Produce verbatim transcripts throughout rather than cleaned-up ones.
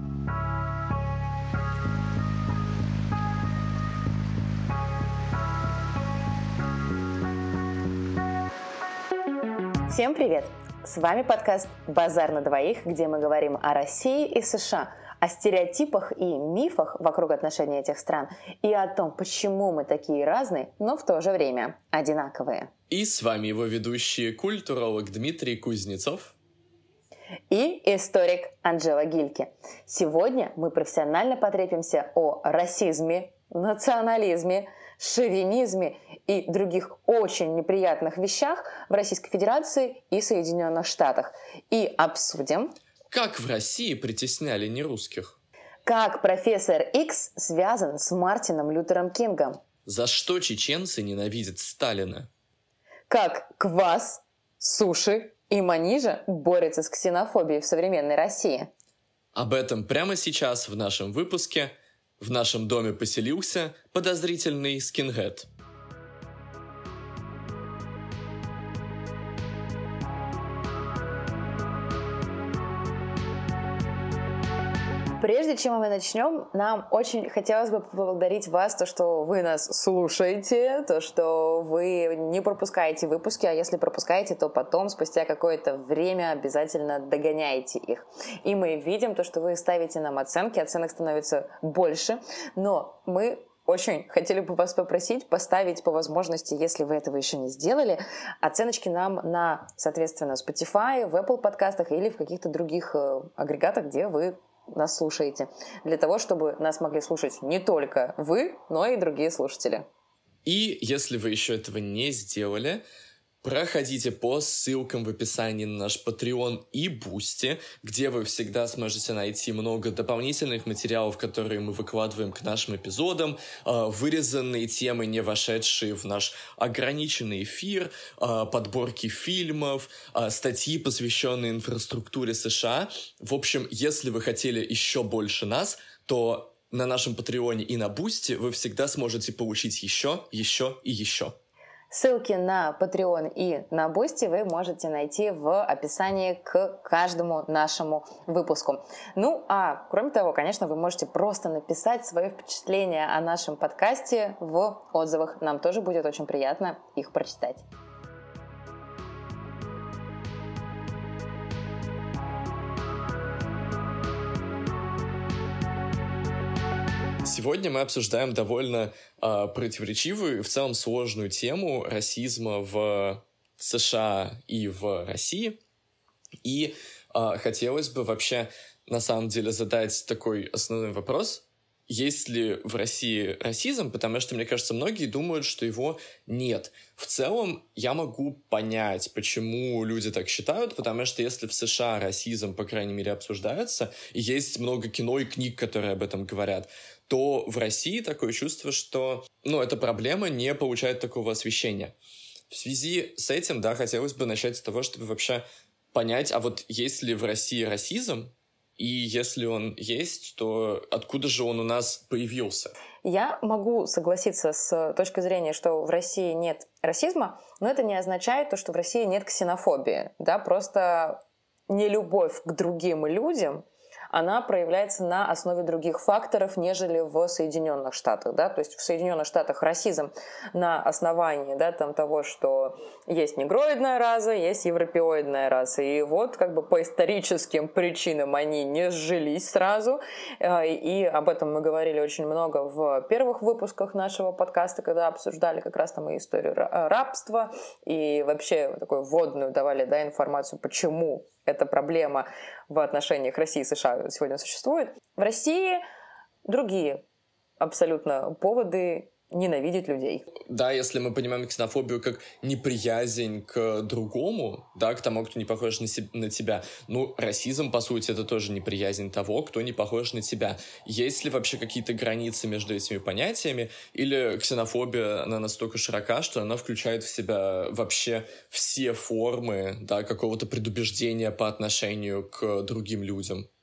Всем привет! С вами подкаст «Базар на двоих», где мы говорим о России и США, о стереотипах и мифах вокруг отношений этих стран и о том, почему мы такие разные, но в то же время одинаковые. И с вами его ведущий культуролог Дмитрий Кузнецов и историк Анжела Гильке. Сегодня мы профессионально потрепимся о расизме, национализме, шовинизме и других очень неприятных вещах в Российской Федерации и Соединенных Штатах. И обсудим, как в России притесняли нерусских, как профессор Икс связан с Мартином Лютером Кингом, за что чеченцы ненавидят Сталина, как квас, суши и манижа борются с ксенофобией в современной России. Об этом прямо сейчас в нашем выпуске. В нашем доме поселился подозрительный скинхед. Прежде чем мы начнем, нам очень хотелось бы поблагодарить вас, то, что вы нас слушаете, то, что вы не пропускаете выпуски, а если пропускаете, то потом, спустя какое-то время, обязательно догоняете их. И мы видим то, что вы ставите нам оценки, оценок становится больше, но мы очень хотели бы вас попросить поставить по возможности, если вы этого еще не сделали, оценочки нам на, соответственно, Spotify, в Apple подкастах или в каких-то других агрегатах, где вы нас слушаете, для того, чтобы нас могли слушать не только вы, но и другие слушатели. И если вы еще этого не сделали, проходите по ссылкам в описании на наш Patreon и Boosty, где вы всегда сможете найти много дополнительных материалов, которые мы выкладываем к нашим эпизодам, вырезанные темы, не вошедшие в наш ограниченный эфир, подборки фильмов, статьи, посвященные инфраструктуре США. В общем, если вы хотели еще больше нас, то на нашем Патреоне и на Boosty вы всегда сможете получить еще, еще и еще. Ссылки на Patreon и на Boosty вы можете найти в описании к каждому нашему выпуску. Ну, а кроме того, конечно, вы можете просто написать свое впечатление о нашем подкасте в отзывах. Нам тоже будет очень приятно их прочитать. Сегодня мы обсуждаем довольно э, противоречивую и в целом сложную тему расизма в США и в России. И э, хотелось бы вообще на самом деле задать такой основной вопрос. Есть ли в России расизм? Потому что, мне кажется, многие думают, что его нет. В целом, я могу понять, почему люди так считают, потому что если в США расизм, по крайней мере, обсуждается, и есть много кино и книг, которые об этом говорят, то в России такое чувство, что ну, эта проблема не получает такого освещения. В связи с этим, да, хотелось бы начать с того, чтобы вообще понять, а вот есть ли в России расизм, и если он есть, то откуда же он у нас появился? Я могу согласиться с точки зрения, что в России нет расизма, но это не означает то, что в России нет ксенофобии. Да? Просто нелюбовь к другим людям, она проявляется на основе других факторов, нежели в Соединенных Штатах. Да? То есть в Соединенных Штатах расизм на основании да, там, того, что есть негроидная раса, есть европеоидная раса. И вот как бы по историческим причинам они не сжились сразу. И об этом мы говорили очень много в первых выпусках нашего подкаста, когда обсуждали как раз там и историю рабства, и вообще такую вводную давали да, информацию, почему эта проблема в отношениях России и США сегодня существует. В России другие абсолютно поводы ненавидеть людей. Да, если мы понимаем ксенофобию как неприязнь к другому, да, к тому, кто не похож на, се- на тебя, ну, расизм, по сути, это тоже неприязнь того, кто не похож на тебя. Есть ли вообще какие-то границы между этими понятиями, или ксенофобия, она настолько широка, что она включает в себя вообще все формы, да, какого-то предубеждения по отношению к другим людям? В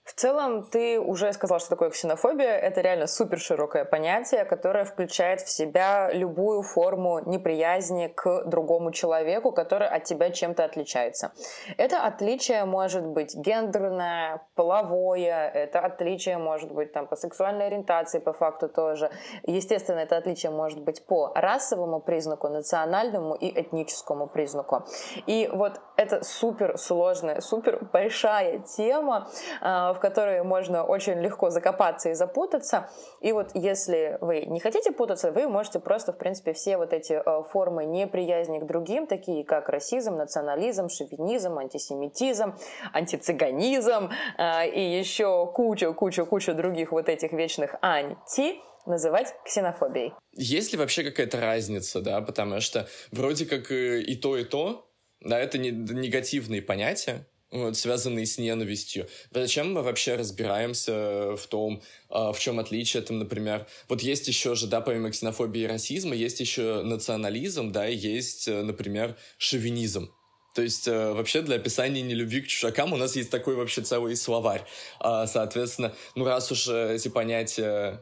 В целом, ты уже сказал, что такое ксенофобия. Это реально супер широкое понятие, которое включает в себя любую форму неприязни к другому человеку, который от тебя чем-то отличается. Это отличие может быть гендерное, половое, это отличие может быть там, по сексуальной ориентации, по факту тоже. Естественно, это отличие может быть по расовому признаку, национальному и этническому признаку. И вот это супер сложная, супер большая тема, в которой можно очень легко закопаться и запутаться. И вот если вы не хотите путаться, вы можете просто, в принципе, все вот эти формы неприязни к другим, такие как расизм, национализм, шовинизм, антисемитизм, антицыганизм и еще куча-куча-куча других вот этих вечных анти, называть ксенофобией. Есть ли вообще какая-то разница, да, потому что вроде как и то, и то, да, это не негативные понятия, вот, связанные с ненавистью. Зачем мы вообще разбираемся в том, в чем отличие, там, например, вот есть еще же, да, помимо ксенофобии и расизма, есть еще национализм, да, и есть, например, шовинизм. То есть, э, вообще для описания нелюбви к чужакам у нас есть такой вообще целый словарь. А, соответственно, ну раз уж эти понятия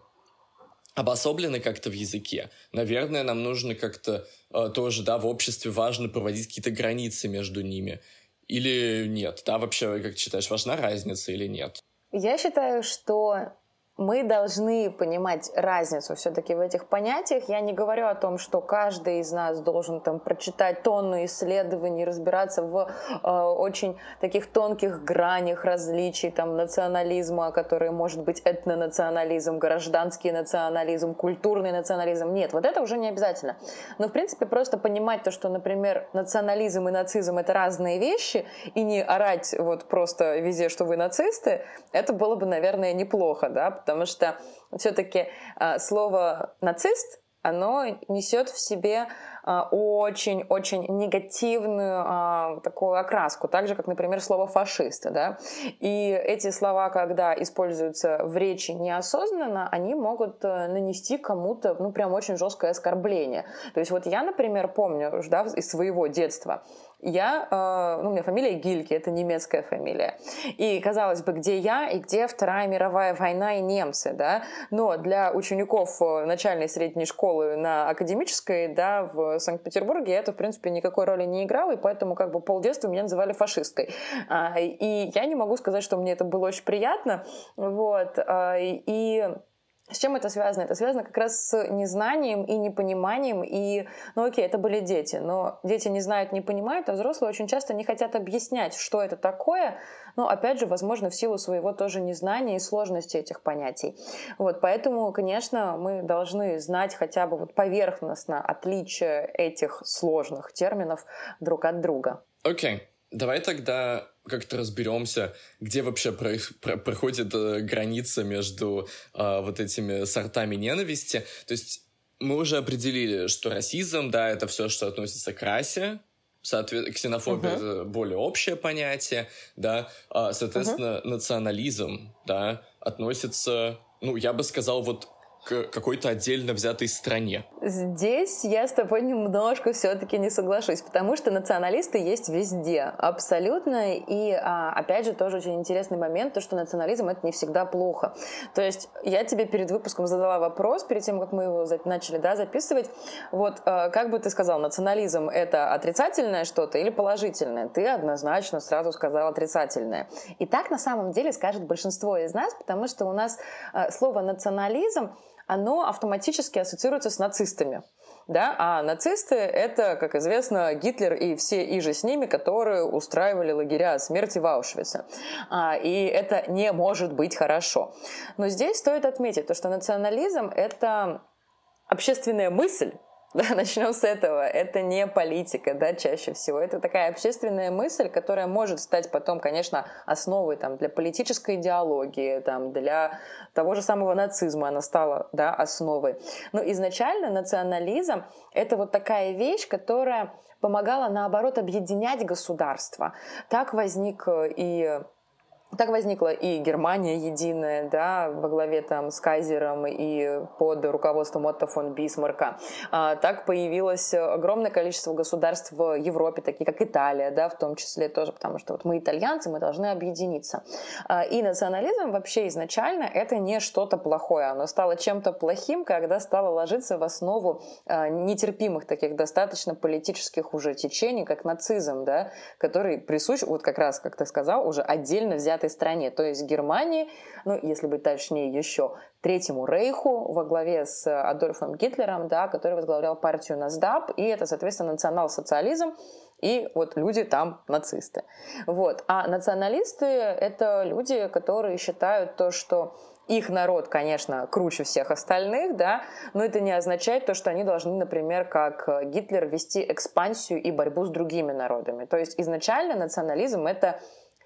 обособлены как-то в языке, наверное, нам нужно как-то э, тоже, да, в обществе важно проводить какие-то границы между ними. Или нет? Да, вообще, как считаешь, важна разница или нет? Я считаю, что мы должны понимать разницу все-таки в этих понятиях. Я не говорю о том, что каждый из нас должен там прочитать тонну исследований, разбираться в э, очень таких тонких гранях различий там, национализма, которые может быть этнонационализм, гражданский национализм, культурный национализм. Нет, вот это уже не обязательно. Но, в принципе, просто понимать то, что, например, национализм и нацизм — это разные вещи, и не орать вот просто везде, что вы нацисты, это было бы, наверное, неплохо, да, потому что все-таки э, слово «нацист», оно несет в себе очень-очень э, негативную э, такую окраску, так же, как, например, слово «фашист». Да? И эти слова, когда используются в речи неосознанно, они могут нанести кому-то, ну, прям очень жесткое оскорбление. То есть вот я, например, помню, да, из своего детства, я, э, ну, у меня фамилия Гильке, это немецкая фамилия. И, казалось бы, где я и где Вторая мировая война и немцы, да? Но для учеников начальной и средней школы на академической, да, в Санкт-Петербурге это, в принципе, никакой роли не играло, и поэтому как бы полдетства меня называли фашисткой. А, и я не могу сказать, что мне это было очень приятно, вот, а, и... С чем это связано? Это связано как раз с незнанием и непониманием. И, ну окей, это были дети, но дети не знают, не понимают, а взрослые очень часто не хотят объяснять, что это такое. Но, опять же, возможно, в силу своего тоже незнания и сложности этих понятий. Вот, поэтому, конечно, мы должны знать хотя бы вот поверхностно отличие этих сложных терминов друг от друга. Окей. Okay. Давай тогда как-то разберемся, где вообще про, про, проходит э, граница между э, вот этими сортами ненависти. То есть мы уже определили, что расизм, да, это все, что относится к расе. Соответственно, ксенофобия uh-huh. — это более общее понятие, да. А, соответственно, uh-huh. национализм, да, относится, ну, я бы сказал, вот к какой-то отдельно взятой стране. Здесь я с тобой немножко все-таки не соглашусь, потому что националисты есть везде, абсолютно. И, опять же, тоже очень интересный момент, то, что национализм — это не всегда плохо. То есть я тебе перед выпуском задала вопрос, перед тем, как мы его начали, да, записывать. Вот как бы ты сказал, национализм — это отрицательное что-то или положительное? Ты однозначно сразу сказал отрицательное. И так на самом деле скажет большинство из нас, потому что у нас слово «национализм» оно автоматически ассоциируется с нацистами. Да? А нацисты — это, как известно, Гитлер и все иже с ними, которые устраивали лагеря смерти в Аушвице. А, и это не может быть хорошо. Но здесь стоит отметить, что национализм — это общественная мысль. Да, начнем с этого. Это не политика, да, чаще всего. Это такая общественная мысль, которая может стать потом, конечно, основой там, для политической идеологии, там, для того же самого нацизма она стала, да, основой. Но изначально национализм — это вот такая вещь, которая помогала, наоборот, объединять государство. Так возник и Так возникла и Германия единая, да, во главе там с кайзером и под руководством Отто фон Бисмарка. А, так появилось огромное количество государств в Европе, такие как Италия, да, в том числе тоже, потому что вот мы итальянцы, мы должны объединиться. А, и национализм вообще изначально это не что-то плохое, оно стало чем-то плохим, когда стало ложиться в основу а, нетерпимых таких достаточно политических уже течений, как нацизм, да, который присущ, вот как раз, как ты сказал, уже отдельно взятый стране, то есть Германии, ну, если быть точнее, еще Третьему Рейху во главе с Адольфом Гитлером, да, который возглавлял партию Насдап, и это, соответственно, национал-социализм, и вот люди там нацисты. Вот. А националисты — это люди, которые считают то, что их народ, конечно, круче всех остальных, да, но это не означает то, что они должны, например, как Гитлер, вести экспансию и борьбу с другими народами. То есть изначально национализм — это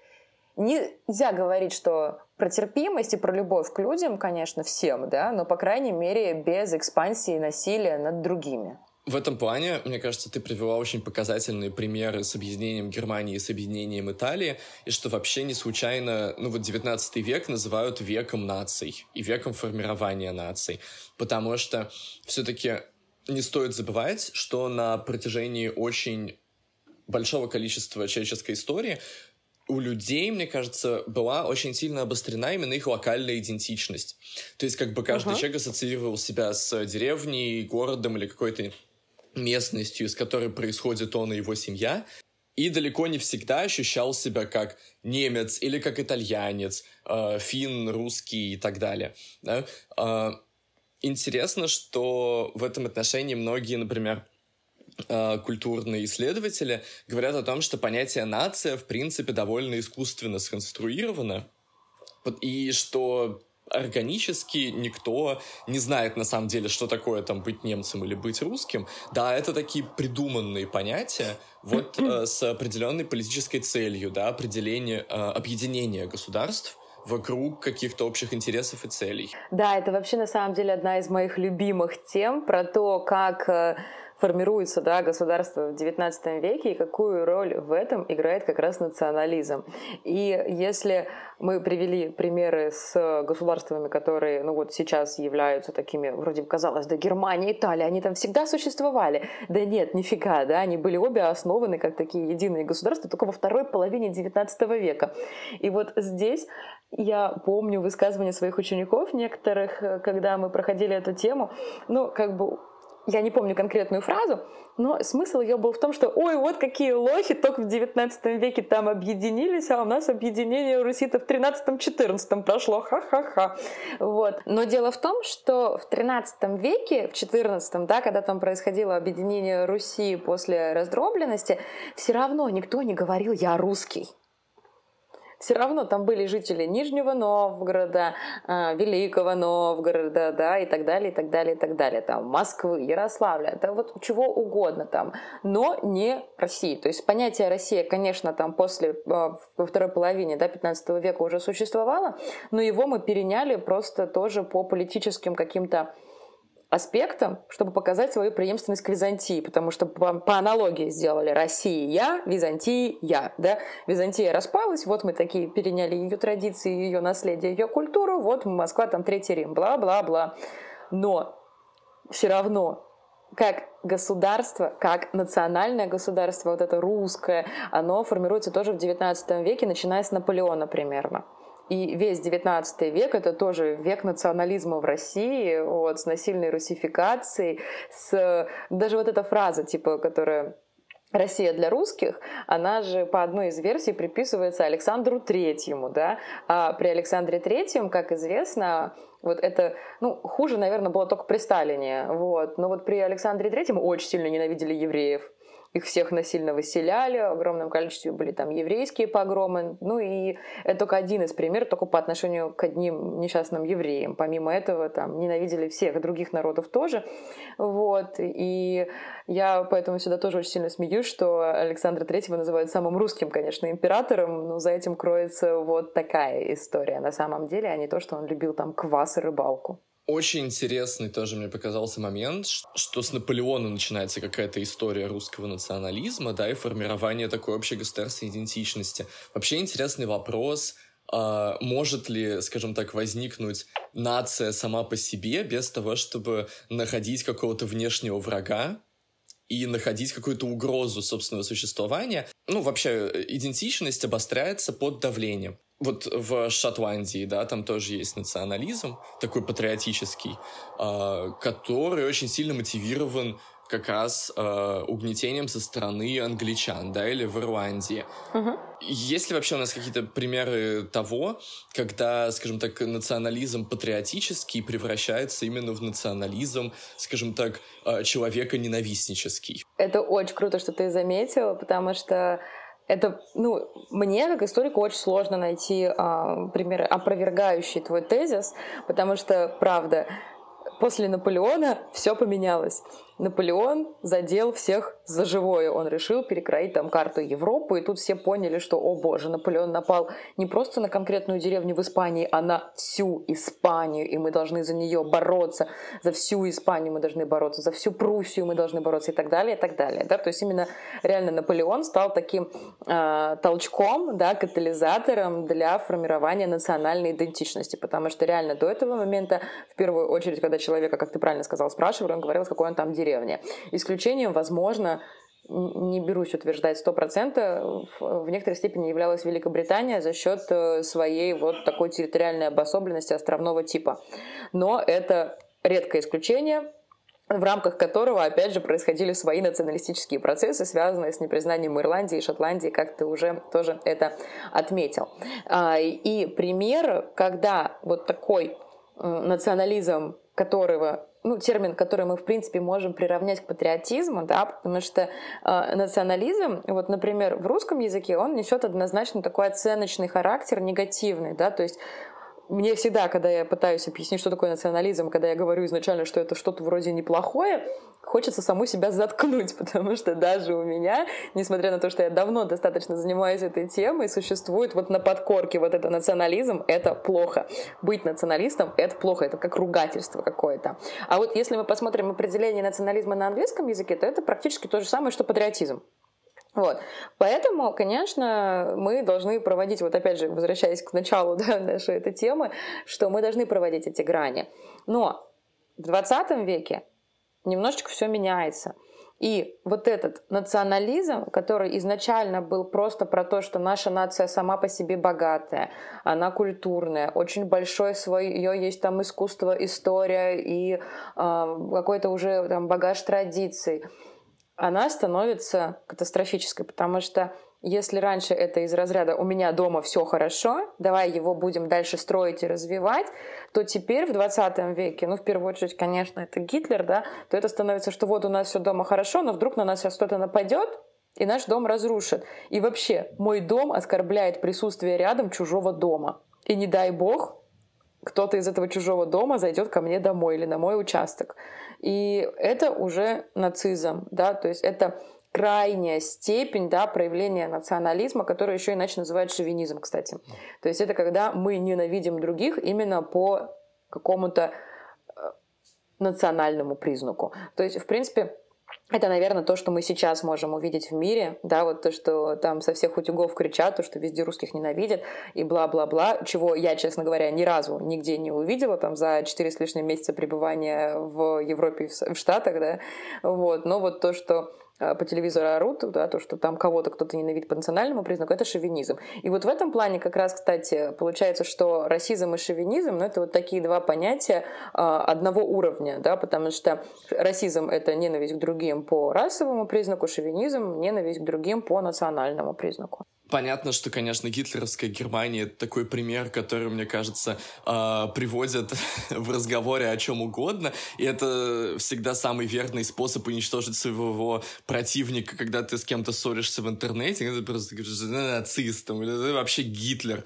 нельзя говорить, что про терпимость и про любовь к людям, конечно, всем, да, но, по крайней мере, без экспансии и насилия над другими. В этом плане, мне кажется, ты привела очень показательные примеры с объединением Германии и с объединением Италии, и что вообще не случайно, ну вот девятнадцатый век называют веком наций и веком формирования наций, потому что все-таки не стоит забывать, что на протяжении очень большого количества человеческой истории у людей, мне кажется, была очень сильно обострена именно их локальная идентичность. То есть как бы каждый uh-huh. человек ассоциировал себя с деревней, городом или какой-то местностью, из которой происходит он и его семья, и далеко не всегда ощущал себя как немец или как итальянец, э, финн, русский и так далее. Да? Э, интересно, что в этом отношении многие, например, культурные исследователи говорят о том, что понятие «нация» в принципе довольно искусственно сконструировано, и что органически никто не знает на самом деле, что такое там быть немцем или быть русским. Да, это такие придуманные понятия, вот э, с определенной политической целью, да, определение, э, объединения государств вокруг каких-то общих интересов и целей. Да, это вообще на самом деле одна из моих любимых тем про то, как формируется, да, государство в девятнадцатом веке и какую роль в этом играет как раз национализм. И если мы привели примеры с государствами, которые, ну вот сейчас являются такими, вроде бы казалось, да, Германия, Италия, они там всегда существовали. Да нет, нифига, да, они были обе основаны как такие единые государства только во второй половине девятнадцатого века. И вот здесь я помню высказывания своих учеников некоторых, когда мы проходили эту тему, ну, как бы я не помню конкретную фразу, но смысл ее был в том, что ой, вот какие лохи, только в девятнадцатом веке там объединились, а у нас объединение русита в тринадцатом-четырнадцатом прошло, ха-ха-ха. Вот. Но дело в том, что в тринадцатом веке, в четырнадцатом, да, когда там происходило объединение Руси после раздробленности, все равно никто не говорил «я русский». Все равно там были жители Нижнего Новгорода, Великого Новгорода, да, и так далее, и так далее, и так далее, там, Москвы, Ярославля, это вот чего угодно там, но не России. То есть понятие «Россия», конечно, там после, во второй половине, да, пятнадцатого века уже существовало, но его мы переняли просто тоже по политическим каким-то аспектом, чтобы показать свою преемственность к Византии, потому что по, по аналогии сделали Россия, Византия, я, да, Византия распалась, вот мы такие переняли ее традиции, ее наследие, ее культуру, вот Москва, там Третий Рим, бла-бла-бла. Но все равно, как государство, как национальное государство, вот это русское, оно формируется тоже в девятнадцатом веке, начиная с Наполеона примерно. И весь девятнадцатый век — это тоже век национализма в России, вот, с насильной русификацией, с... даже вот эта фраза, типа, которая «Россия для русских», она же по одной из версий приписывается Александру Третьему, да, а при Александре Третьем, как известно, вот это, ну, хуже, наверное, было только при Сталине, вот, но вот при Александре Третьем очень сильно ненавидели евреев. Их всех насильно выселяли, в огромном количестве были там еврейские погромы. Ну и это только один из примеров, только по отношению к одним несчастным евреям. Помимо этого там ненавидели всех других народов тоже. Вот. И я поэтому всегда тоже очень сильно смеюсь, что Александра Третьего называют самым русским, конечно, императором, но за этим кроется вот такая история на самом деле, а не то, что он любил там квас и рыбалку. Очень интересный тоже мне показался момент, что с Наполеона начинается какая-то история русского национализма, да, и формирование такой общей государственной идентичности. Вообще интересный вопрос, э, может ли, скажем так, возникнуть нация сама по себе без того, чтобы находить какого-то внешнего врага и находить какую-то угрозу собственного существования. Ну, вообще, идентичность обостряется под давлением. Вот в Шотландии, да, там тоже есть национализм, такой патриотический, э, который очень сильно мотивирован как раз э, угнетением со стороны англичан, да, или в Ирландии. Угу. Есть ли вообще у нас какие-то примеры того, когда, скажем так, национализм патриотический превращается именно в национализм, скажем так, э, человека-ненавистнический? Это очень круто, что ты заметила, потому что это, ну, мне, как историку, очень сложно найти а, примеры, опровергающие твой тезис, потому что, правда, после Наполеона все поменялось. Наполеон задел всех за живое. Он решил перекроить там карту Европы, и тут все поняли, что, о боже, Наполеон напал не просто на конкретную деревню в Испании, а на всю Испанию, и мы должны за нее бороться. За всю Испанию мы должны бороться, за всю Пруссию мы должны бороться, и так далее, и так далее. Да? То есть именно реально Наполеон стал таким э, толчком, да, катализатором для формирования национальной идентичности, потому что реально до этого момента, в первую очередь, когда человека, как ты правильно сказал, спрашивали, он говорил, с какой он там деревни. Исключением, возможно, не берусь утверждать сто процентов, в некоторой степени являлась Великобритания за счет своей вот такой территориальной обособленности островного типа. Но это редкое исключение, в рамках которого, опять же, происходили свои националистические процессы, связанные с непризнанием Ирландии и Шотландии, как ты уже тоже это отметил. И пример, когда вот такой национализм, которого ну, термин, который мы, в принципе, можем приравнять к патриотизму, да, потому что э, национализм, вот, например, в русском языке, он несет однозначно такой оценочный характер, негативный, да, то есть мне всегда, когда я пытаюсь объяснить, что такое национализм, когда я говорю изначально, что это что-то вроде неплохое, хочется саму себя заткнуть, потому что даже у меня, несмотря на то, что я давно достаточно занимаюсь этой темой, существует вот на подкорке вот это национализм, это плохо. Быть националистом — это плохо, это как ругательство какое-то. А вот если мы посмотрим определение национализма на английском языке, то это практически то же самое, что патриотизм. Вот. Поэтому, конечно, мы должны проводить, вот опять же, возвращаясь к началу, да, нашей этой темы, что мы должны проводить эти грани. Но в двадцатом веке немножечко все меняется. И вот этот национализм, который изначально был просто про то, что наша нация сама по себе богатая, она культурная, очень большое свое есть там искусство, история и э, какой-то уже там багаж традиций, она становится катастрофической, потому что если раньше это из разряда «у меня дома все хорошо, давай его будем дальше строить и развивать», то теперь в двадцатом веке, ну, в первую очередь, конечно, это Гитлер, да, то это становится, что вот у нас все дома хорошо, но вдруг на нас сейчас кто-то нападет, и наш дом разрушит. И вообще, мой дом оскорбляет присутствие рядом чужого дома. И не дай бог, кто-то из этого чужого дома зайдет ко мне домой или на мой участок. И это уже нацизм, да, то есть это крайняя степень, да, проявления национализма, который еще иначе называют шовинизм, кстати. То есть это когда мы ненавидим других именно по какому-то национальному признаку. То есть, в принципе, это, наверное, то, что мы сейчас можем увидеть в мире, да, вот то, что там со всех утюгов кричат, то, что везде русских ненавидят и бла-бла-бла, чего я, честно говоря, ни разу нигде не увидела, там, за четыре с лишним месяца пребывания в Европе и в Штатах, да, вот, но вот то, что по телевизору орут, да, то, что там кого-то кто-то ненавидит по национальному признаку, это шовинизм. И вот в этом плане как раз, кстати, получается, что расизм и шовинизм, ну, это вот такие два понятия а, одного уровня, да, потому что расизм — это ненависть к другим по расовому признаку, шовинизм — ненависть к другим по национальному признаку. Понятно, что, конечно, гитлеровская Германия — это такой пример, который, мне кажется, э, приводят в разговоре о чем угодно, и это всегда самый верный способ уничтожить своего противника, когда ты с кем-то ссоришься в интернете, и ты просто говоришь, ты нацистом, или ты вообще Гитлер.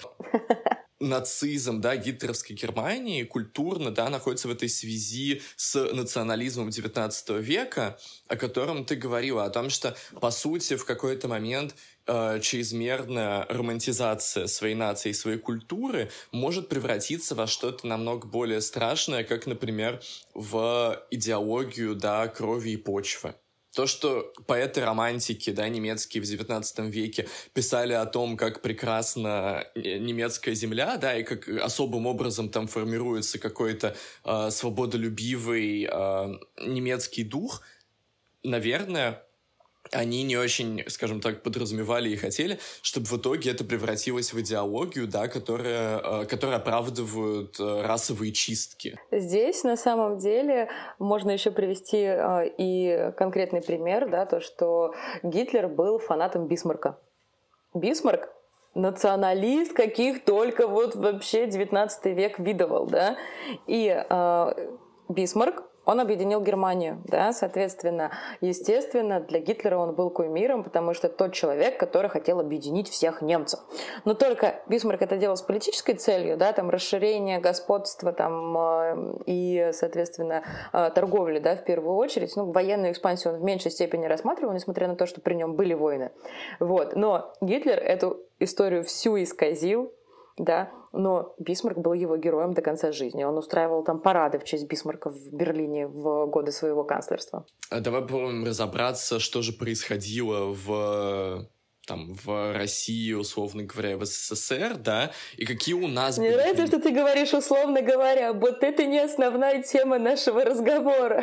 Нацизм, да, гитлеровской Германии культурно, да, находится в этой связи с национализмом девятнадцатого века, о котором ты говорила, о том, что, по сути, в какой-то момент э, чрезмерная романтизация своей нации и своей культуры может превратиться во что-то намного более страшное, как, например, в идеологию, да, крови и почвы. То, что поэты романтики, да, немецкие в девятнадцатом веке писали о том, как прекрасна немецкая земля, да, и как особым образом там формируется какой-то э, свободолюбивый э, немецкий дух, наверное, они не очень, скажем так, подразумевали и хотели, чтобы в итоге это превратилось в идеологию, да, которая, которая оправдывает расовые чистки. Здесь, на самом деле, можно еще привести э, и конкретный пример, да, то, что Гитлер был фанатом Бисмарка. Бисмарк — националист, каких только вот вообще девятнадцатый век видывал, да, и э, Бисмарк, он объединил Германию, да, соответственно, естественно, для Гитлера он был кумиром, потому что тот человек, который хотел объединить всех немцев. Но только Бисмарк это делал с политической целью, да, там расширение господства там, э, и, соответственно, э, торговли, да, в первую очередь. Ну, военную экспансию он в меньшей степени рассматривал, несмотря на то, что при нем были войны. Вот. Но Гитлер эту историю всю исказил, да, но Бисмарк был его героем до конца жизни. Он устраивал там парады в честь Бисмарка в Берлине в годы своего канцлерства. А давай попробуем разобраться, что же происходило в, там, в России, условно говоря, в СССР, да, и какие у нас Мне были... Мне нравится, что ты говоришь условно говоря, вот это не основная тема нашего разговора.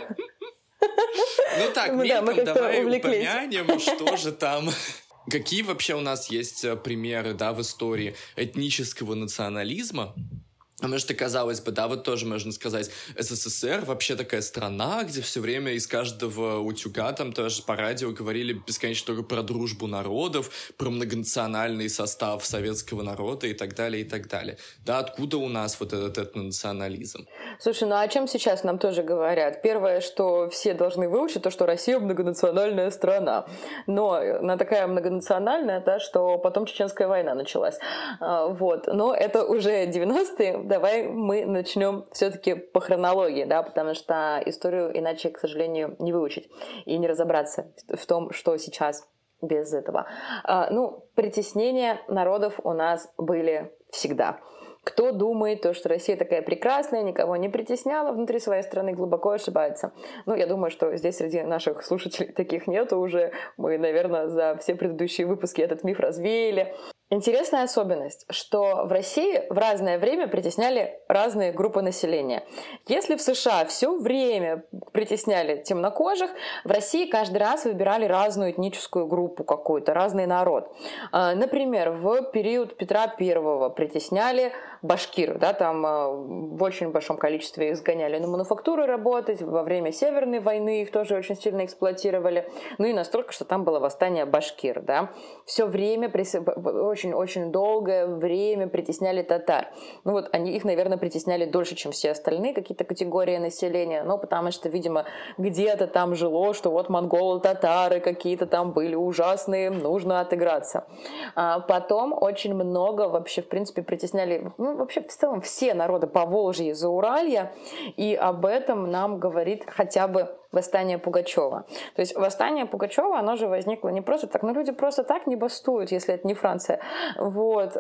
Ну так, мельком давай упомянем, что же там... Какие вообще у нас есть примеры, да, в истории этнического национализма? Потому что, казалось бы, да, вот тоже можно сказать, СССР вообще такая страна, где все время из каждого утюга там тоже по радио говорили бесконечно только про дружбу народов, про многонациональный состав советского народа и так далее, и так далее. Да, откуда у нас вот этот этнонационализм? Слушай, ну а о чем сейчас нам тоже говорят? Первое, что все должны выучить, то, что Россия многонациональная страна. Но она такая многонациональная, да, что потом Чеченская война началась. Вот. Но это уже девяностые. Давай мы начнем все-таки по хронологии, да, потому что историю иначе, к сожалению, не выучить и не разобраться в том, что сейчас без этого. Ну, притеснения народов у нас были всегда. Кто думает, то, что Россия такая прекрасная, никого не притесняла внутри своей страны, глубоко ошибается. Ну, я думаю, что здесь среди наших слушателей таких нету уже. Мы, наверное, за все предыдущие выпуски этот миф развеяли. Интересная особенность, что в России в разное время притесняли разные группы населения. Если в США все время притесняли темнокожих, в России каждый раз выбирали разную этническую группу какую-то, разный народ. Например, в период Петра Первого притесняли башкир, да, там в очень большом количестве их сгоняли на мануфактуры работать, во время Северной войны их тоже очень сильно эксплуатировали, ну и настолько, что там было восстание башкир, да. Все время очень очень-очень долгое время притесняли татар. Ну вот они их, наверное, притесняли дольше, чем все остальные какие-то категории населения, ну потому что, видимо, где-то там жило, что вот монголы-татары какие-то там были ужасные, нужно отыграться. А потом очень много вообще, в принципе, притесняли, ну вообще в целом все народы Поволжья и Зауралья, и об этом нам говорит хотя бы восстание Пугачева. То есть восстание Пугачева, оно же возникло не просто так, но люди просто так не бастуют, если это не Франция. Вот.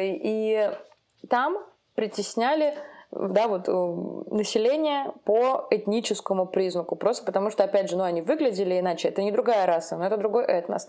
И там притесняли, да, вот, население по этническому признаку, просто потому что, опять же, ну, они выглядели иначе, это не другая раса, но это другой этнос.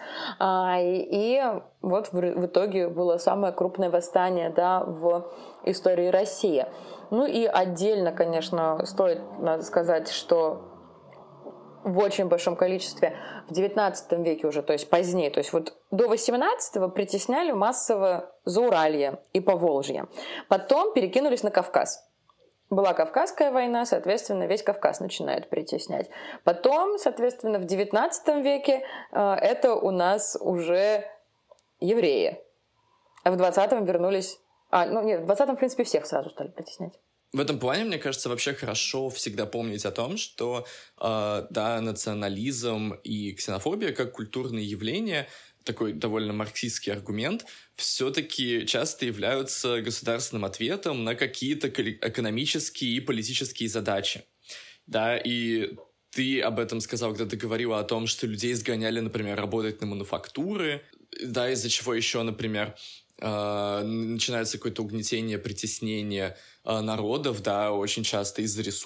И вот в итоге было самое крупное восстание, да, в истории России. Ну и отдельно, конечно, стоит, надо сказать, что в очень большом количестве в девятнадцатом веке уже, то есть позднее, то есть вот до восемнадцатого притесняли массово Зауралье и Поволжье. Потом перекинулись на Кавказ. Была Кавказская война, соответственно, весь Кавказ начинают притеснять. Потом, соответственно, в девятнадцатом веке э, это у нас уже евреи. А в двадцатом вернулись... А, ну нет, в двадцатом, в принципе, всех сразу стали притеснять. В этом плане, мне кажется, вообще хорошо всегда помнить о том, что э, да, национализм и ксенофобия как культурные явления, такой довольно марксистский аргумент, все-таки часто являются государственным ответом на какие-то экономические и политические задачи. Да, и ты об этом сказал, когда ты говорила о том, что людей сгоняли, например, работать на мануфактуры, да, из-за чего еще, например, э, начинается какое-то угнетение, притеснение народов, да, очень часто из-за ресурсов.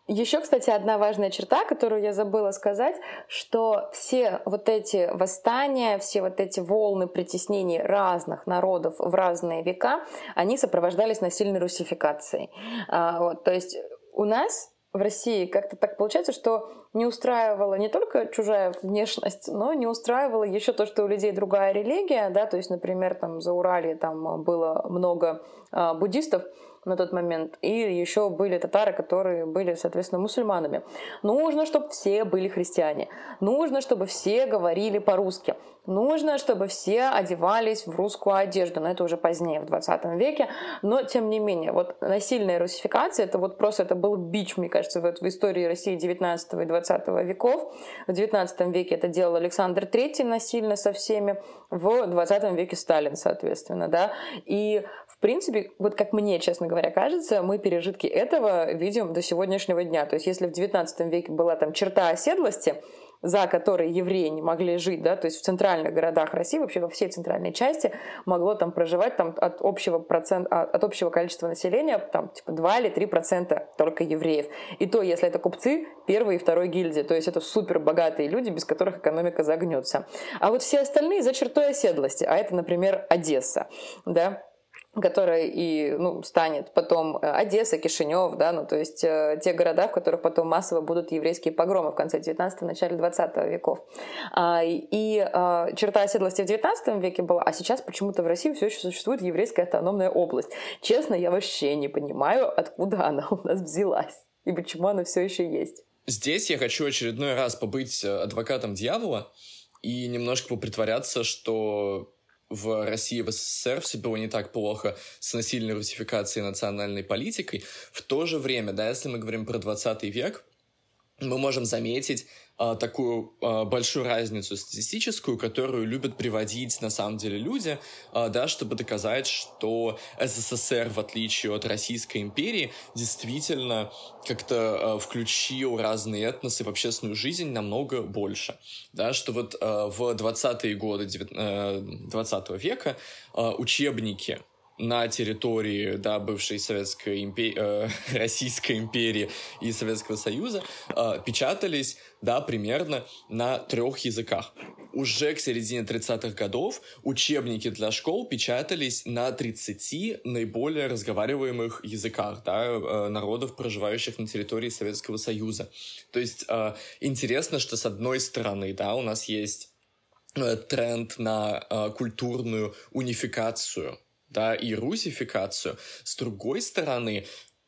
Еще, кстати, одна важная черта, которую я забыла сказать, что все вот эти восстания, все вот эти волны притеснений разных народов в разные века, они сопровождались насильной русификацией. А, вот, то есть у нас в России как-то так получается, что не устраивала не только чужая внешность, но не устраивала еще то, что у людей другая религия, да, то есть, например, там за Урале там было много а, буддистов на тот момент, и еще были татары, которые были, соответственно, мусульманами. Нужно, чтобы все были христиане. Нужно, чтобы все говорили по-русски. Нужно, чтобы все одевались в русскую одежду. Но это уже позднее, в двадцатом веке. Но, тем не менее, вот насильная русификация, это вот просто это был бич, мне кажется, вот в истории России девятнадцатого и двадцатого веков. В девятнадцатом веке это делал Александр Третий насильно со всеми. В двадцатом веке Сталин, соответственно, да. И, в принципе, вот как мне, честно говоря, кажется, мы пережитки этого видим до сегодняшнего дня. То есть, если в девятнадцатом веке была там черта оседлости, за которой евреи не могли жить, да, то есть в центральных городах России, вообще во всей центральной части могло там проживать там, от, общего процента, от общего количества населения там, типа два или три процента только евреев. И то, если это купцы первой и второй гильдии, то есть это супер богатые люди, без которых экономика загнется. А вот все остальные за чертой оседлости, а это, например, Одесса, да, которая и ну, станет потом Одесса, Кишинев, да, ну, то есть э, те города, в которых потом массово будут еврейские погромы в конце девятнадцатого, начале двадцатого веков. А, и а, черта оседлости в девятнадцатом веке была, а сейчас почему-то в России все еще существует еврейская автономная область. Честно, я вообще не понимаю, откуда она у нас взялась и почему она все еще есть. Здесь я хочу очередной раз побыть адвокатом дьявола и немножко попритворяться, что в России, в СССР все было не так плохо с насильной русификацией и национальной политикой. В то же время, да, если мы говорим про двадцатый век, мы можем заметить а, такую а, большую разницу статистическую, которую любят приводить на самом деле люди, а, да, чтобы доказать, что СССР, в отличие от Российской империи, действительно как-то а, включил разные этносы в общественную жизнь намного больше. Да, что вот а, в двадцатые годы двадцатого века а, учебники на территории, да, бывшей Советской империи, э, Российской империи и Советского Союза э, печатались, да, примерно на трех языках. Уже к середине тридцатых годов учебники для школ печатались на тридцати наиболее разговариваемых языках, да, э, народов, проживающих на территории Советского Союза. То есть э, интересно, что с одной стороны, да, у нас есть э, тренд на э, культурную унификацию, да, и русификацию. С другой стороны,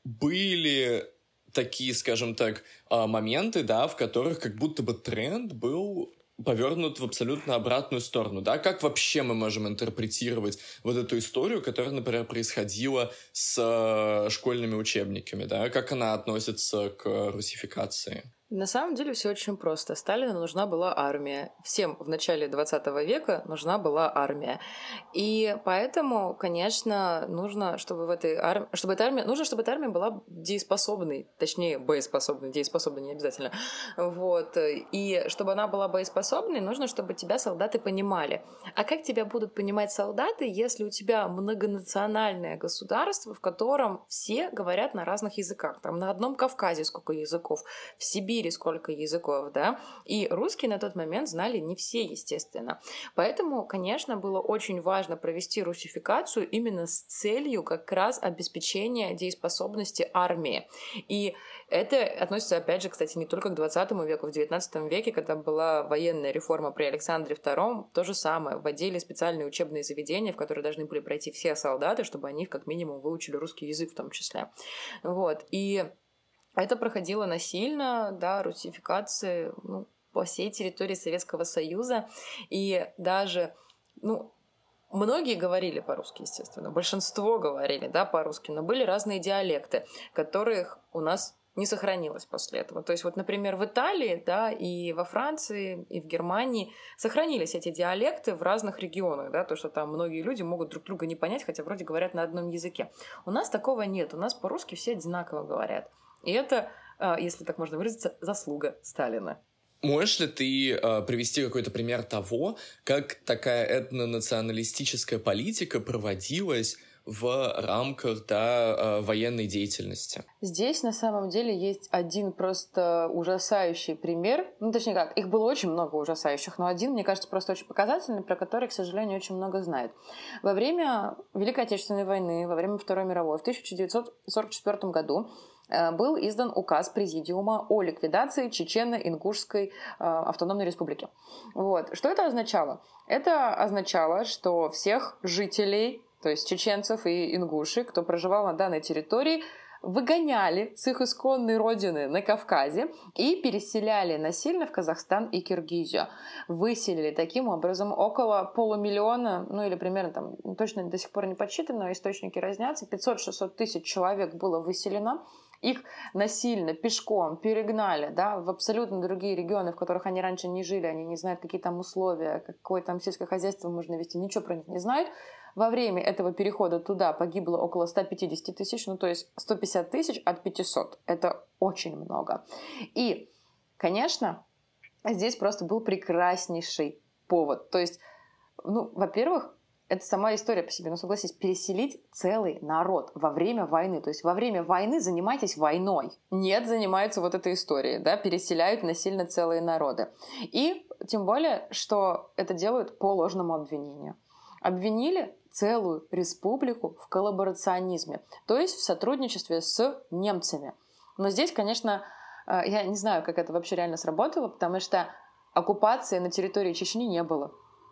были такие, скажем так, моменты, да, в которых как будто бы тренд был повернут в абсолютно обратную сторону, да, как вообще мы можем интерпретировать вот эту историю, которая, например, происходила с школьными учебниками, да, как она относится к русификации? На самом деле все очень просто. Сталину нужна была армия. Всем в начале двадцатого века нужна была армия. И поэтому, конечно, нужно, чтобы в этой армии, чтобы эта армия, нужно, чтобы эта армия была дееспособной, точнее, боеспособной, дееспособной не обязательно. Вот. И чтобы она была боеспособной, нужно, чтобы тебя солдаты понимали. А как тебя будут понимать солдаты, если у тебя многонациональное государство, в котором все говорят на разных языках? Там на одном Кавказе сколько языков, в Сибири сколько языков, да, и русские на тот момент знали не все, естественно. Поэтому, конечно, было очень важно провести русификацию именно с целью как раз обеспечения дееспособности армии. И это относится, опять же, кстати, не только к двадцатому веку, в девятнадцатом веке, когда была военная реформа при Александре Втором, то же самое. Вводили специальные учебные заведения, в которые должны были пройти все солдаты, чтобы они как минимум выучили русский язык в том числе. Вот. И это проходило насильно, да, русификация, ну, по всей территории Советского Союза. И даже, ну, многие говорили по-русски, естественно, большинство говорили, да, по-русски, но были разные диалекты, которых у нас не сохранилось после этого. То есть вот, например, в Италии, да, и во Франции, и в Германии сохранились эти диалекты в разных регионах, да, то, что там многие люди могут друг друга не понять, хотя вроде говорят на одном языке. У нас такого нет, у нас по-русски все одинаково говорят. И это, если так можно выразиться, заслуга Сталина. Можешь ли ты э, привести какой-то пример того, как такая этнонационалистическая политика проводилась в рамках, да, военной деятельности. Здесь на самом деле есть один просто ужасающий пример. Ну, точнее как, их было очень много ужасающих, но один, мне кажется, просто очень показательный, про который, к сожалению, очень много знают. Во время Великой Отечественной войны, во время Второй мировой, в тысяча девятьсот сорок четвёртом году был издан указ Президиума о ликвидации Чечено-Ингушской автономной республики. Вот. Что это означало? Это означало, что всех жителей, то есть чеченцев и ингушей, кто проживал на данной территории, выгоняли с их исконной родины на Кавказе и переселяли насильно в Казахстан и Киргизию. Выселили таким образом около полумиллиона, ну или примерно, там точно до сих пор не подсчитано, источники разнятся, пятьсот-шестьсот тысяч человек было выселено. Их насильно, пешком перегнали, да, в абсолютно другие регионы, в которых они раньше не жили, они не знают, какие там условия, какое там сельское хозяйство можно вести, ничего про них не знают. Во время этого перехода туда погибло около сто пятьдесят тысяч, ну то есть сто пятьдесят тысяч от пятисот. Это очень много. И, конечно, здесь просто был прекраснейший повод. То есть, ну, во-первых, это сама история по себе, но согласись, переселить целый народ во время войны. То есть во время войны занимайтесь войной. Нет, занимаются вот этой историей, да, переселяют насильно целые народы. И тем более, что это делают по ложному обвинению. Обвинили целую республику в коллаборационизме, то есть в сотрудничестве с немцами. Но здесь, конечно, я не знаю, как это вообще реально сработало, потому что оккупации на территории Чечни не было.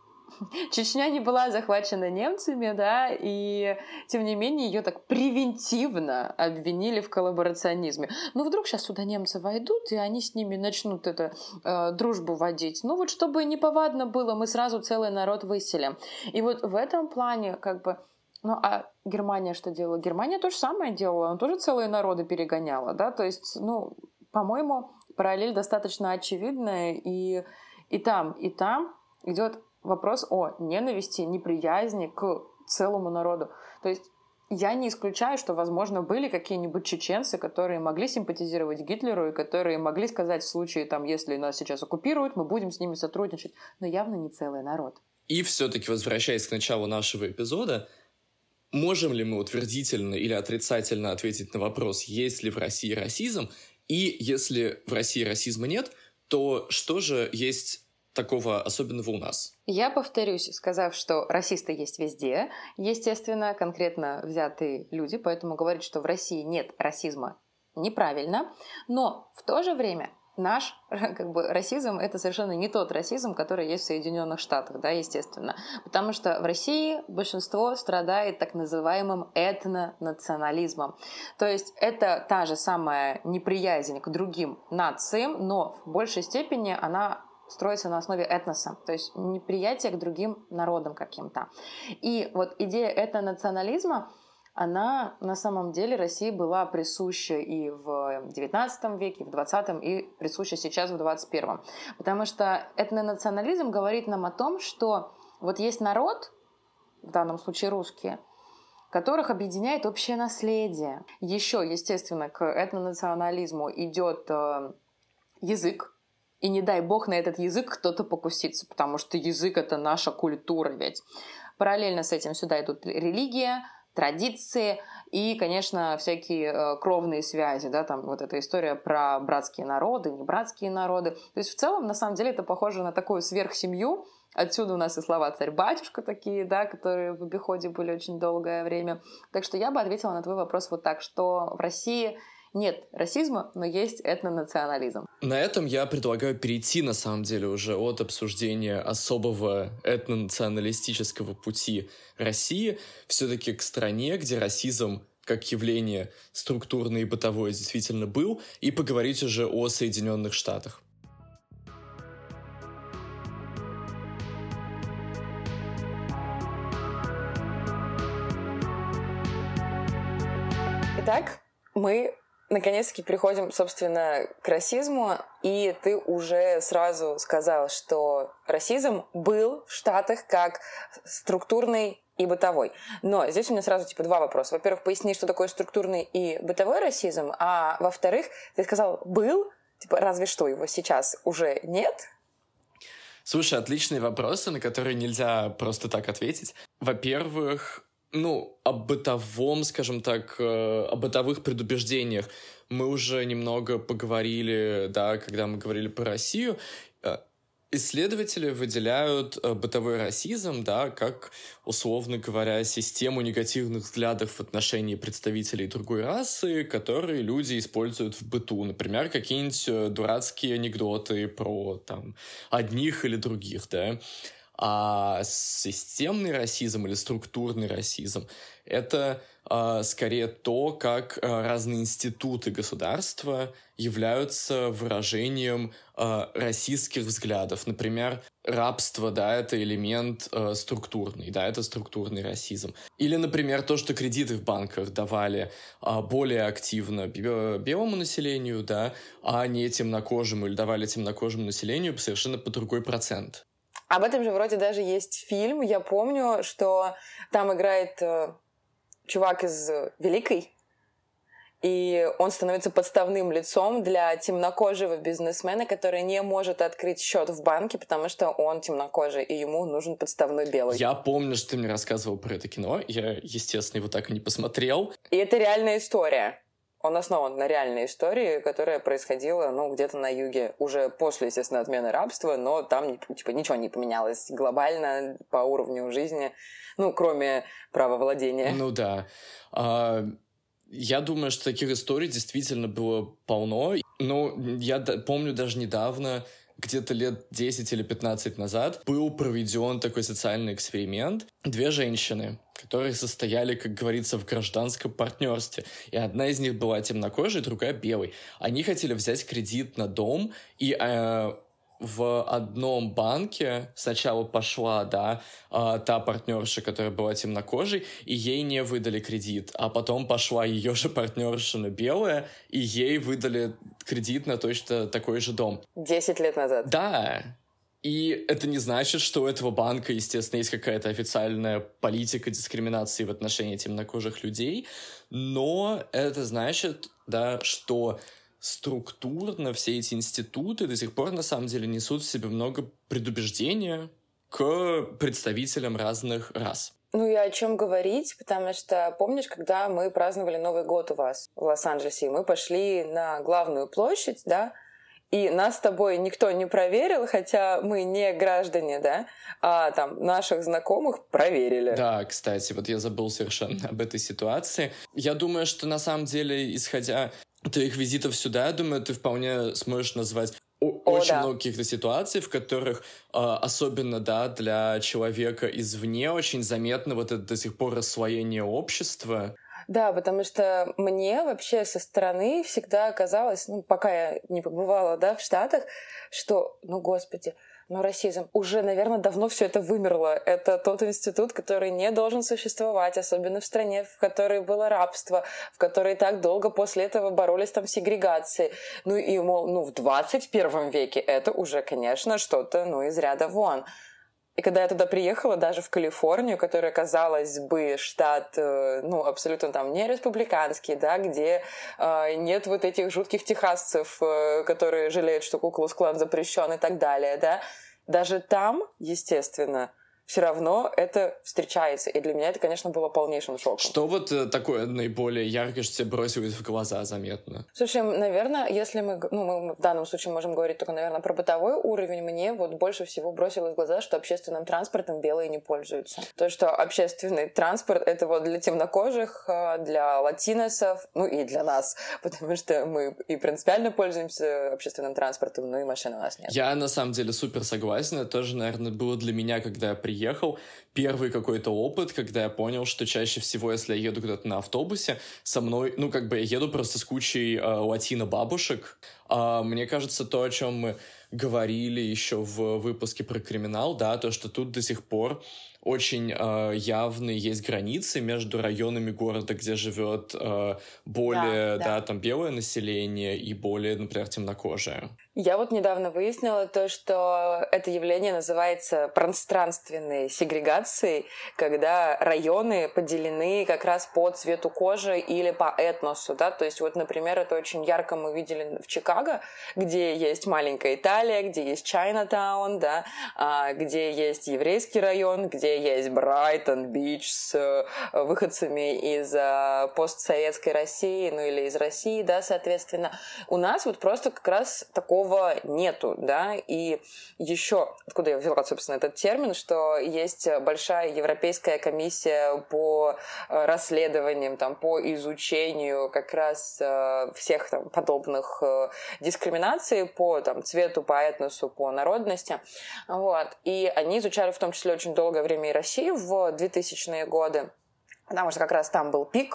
Чечня не была захвачена немцами, да, и тем не менее ее так превентивно обвинили в коллаборационизме. Ну, вдруг сейчас сюда немцы войдут, и они с ними начнут это, э, дружбу водить. Ну, вот чтобы неповадно было, мы сразу целый народ выселим. И вот в этом плане, как бы, ну, а Германия что делала? Германия то же самое делала, она тоже целые народы перегоняла, да, то есть, ну, по-моему, параллель достаточно очевидная, и, и там, и там идет вопрос о ненависти, неприязни к целому народу. То есть я не исключаю, что, возможно, были какие-нибудь чеченцы, которые могли симпатизировать Гитлеру и которые могли сказать в случае, там, если нас сейчас оккупируют, мы будем с ними сотрудничать. Но явно не целый народ. И все-таки, возвращаясь к началу нашего эпизода, можем ли мы утвердительно или отрицательно ответить на вопрос, есть ли в России расизм? И если в России расизма нет, то что же есть такого особенного у нас? Я повторюсь, сказав, что расисты есть везде, естественно, конкретно взятые люди, поэтому говорить, что в России нет расизма, неправильно, но в то же время наш, как бы, расизм — это совершенно не тот расизм, который есть в Соединенных Штатах, да, естественно, потому что в России большинство страдает так называемым этнонационализмом, то есть это та же самая неприязнь к другим нациям, но в большей степени она строится на основе этноса, то есть неприятие к другим народам каким-то. И вот идея этнонационализма, она на самом деле России была присуща и в девятнадцатом веке, и в двадцатом, и присуща сейчас в двадцать первом. Потому что этнонационализм говорит нам о том, что вот есть народ, в данном случае русские, которых объединяет общее наследие. Еще, естественно, к этнонационализму идет э, язык. И не дай бог на этот язык кто-то покусится, потому что язык — это наша культура ведь. Параллельно с этим сюда идут религия, традиции и, конечно, всякие э, кровные связи, да, там вот эта история про братские народы, не братские народы. То есть в целом, на самом деле, это похоже на такую сверхсемью. Отсюда у нас и слова «царь-батюшка» такие, да, которые в обиходе были очень долгое время. Так что я бы ответила на твой вопрос вот так, что в России нет расизма, но есть этнонационализм. На этом я предлагаю перейти, на самом деле, уже от обсуждения особого этнонационалистического пути России все-таки к стране, где расизм как явление структурное и бытовое действительно был, и поговорить уже о Соединенных Штатах. Итак, мы наконец-таки приходим, собственно, к расизму, и ты уже сразу сказал, что расизм был в Штатах как структурный и бытовой. Но здесь у меня сразу типа два вопроса. Во-первых, поясни, что такое структурный и бытовой расизм, а во-вторых, ты сказал «был», типа разве что его сейчас уже нет? Слушай, отличные вопросы, на которые нельзя просто так ответить. Во-первых, ну, о бытовом, скажем так, о бытовых предубеждениях мы уже немного поговорили, да, когда мы говорили про Россию. Исследователи выделяют бытовой расизм, да, как, условно говоря, систему негативных взглядов в отношении представителей другой расы, которые люди используют в быту. Например, какие-нибудь дурацкие анекдоты про там одних или других, да. А системный расизм или структурный расизм — это э, скорее то, как э, разные институты государства являются выражением э, расистских взглядов. Например, рабство, да, это элемент э, структурный, да, это структурный расизм. Или, например, то, что кредиты в банках давали э, более активно белому населению, да, а не темнокожему, или давали темнокожему населению совершенно по другой процент. Об этом же вроде даже есть фильм. Я помню, что там играет э, чувак из «Великой», и он становится подставным лицом для темнокожего бизнесмена, который не может открыть счет в банке, потому что он темнокожий, и ему нужен подставной белый. Я помню, что ты мне рассказывал про это кино. Я, естественно, его так и не посмотрел. И это реальная история. Он основан на реальной истории, которая происходила, ну, где-то на юге, уже после, естественно, отмены рабства, но там, типа, ничего не поменялось глобально по уровню жизни, ну, кроме права владения. Ну да. А, я думаю, что таких историй действительно было полно. Но я помню даже недавно, где-то лет десять или пятнадцать назад, был проведен такой социальный эксперимент. Две женщины, которые состояли, как говорится, в гражданском партнерстве. И одна из них была темнокожей, другая белой. Они хотели взять кредит на дом, и э, в одном банке сначала пошла, да, э, та партнерша, которая была темнокожей, и ей не выдали кредит. А потом пошла ее же партнерша, но белая, и ей выдали кредит на точно такой же дом. Десять лет назад. Да. И это не значит, что у этого банка, естественно, есть какая-то официальная политика дискриминации в отношении темнокожих людей, но это значит, да, что структурно все эти институты до сих пор на самом деле несут в себе много предубеждения к представителям разных рас. Ну и о чем говорить, потому что помнишь, когда мы праздновали Новый год у вас в Лос-Анджелесе, мы пошли на главную площадь, да, и нас с тобой никто не проверил, хотя мы не граждане, да, а там наших знакомых проверили. Да, кстати, вот я забыл совершенно об этой ситуации. Я думаю, что на самом деле, исходя твоих визитов сюда, я думаю, ты вполне сможешь назвать о- О, очень да. много каких-то ситуаций, в которых, э, особенно, да, для человека извне очень заметно вот это до сих пор расслоение общества. Да, потому что мне вообще со стороны всегда казалось, ну, пока я не побывала, да, в Штатах, что, ну, господи, ну, расизм. Уже, наверное, давно все это вымерло. Это тот институт, который не должен существовать, особенно в стране, в которой было рабство, в которой так долго после этого боролись там с сегрегацией. Ну, и, мол, ну, в двадцать первом веке это уже, конечно, что-то, ну, из ряда вон. И когда я туда приехала, даже в Калифорнию, которая, казалось бы, штат, ну, абсолютно там не республиканский, да, где э, нет вот этих жутких техасцев, э, которые жалеют, что Ку-клукс-клан запрещен и так далее, да, даже там, естественно, все равно это встречается. И для меня это, конечно, было полнейшим шоком. Что вот э, такое наиболее яркое, что тебе бросилось в глаза заметно? Слушай, наверное, если мы, ну, мы в данном случае можем говорить только, наверное, про бытовой уровень, мне вот больше всего бросилось в глаза, что общественным транспортом белые не пользуются. То, что общественный транспорт — это вот для темнокожих, для латиносов, ну и для нас, потому что мы и принципиально пользуемся общественным транспортом, но и машин у нас нет. Я, на самом деле, супер согласен. Это тоже, наверное, было для меня, когда я приехал, ехал, первый какой-то опыт, когда я понял, что чаще всего, если я еду куда-то на автобусе, со мной, ну, как бы я еду просто с кучей э, латино-бабушек. А, мне кажется, то, о чем мы говорили еще в выпуске про криминал, да, то, что тут до сих пор очень э, явные есть границы между районами города, где живет э, более, да, да. да, там, белое население и более, например, темнокожее. Я вот недавно выяснила то, что это явление называется пространственной сегрегацией, когда районы поделены как раз по цвету кожи или по этносу, да, то есть вот, например, это очень ярко мы видели в Чикаго, где есть маленькая Италия, где есть Чайнатаун, да, где есть еврейский район, где где есть Брайтон-Бич с выходцами из постсоветской России, ну или из России, да, соответственно. У нас вот просто как раз такого нету, да, и еще, откуда я взяла, собственно, этот термин, что есть большая европейская комиссия по расследованиям, там, по изучению как раз всех там подобных дискриминаций по там, цвету, по этносу, по народности. Вот. И они изучали в том числе очень долгое время и Россию в двухтысячные годы, потому что как раз там был пик,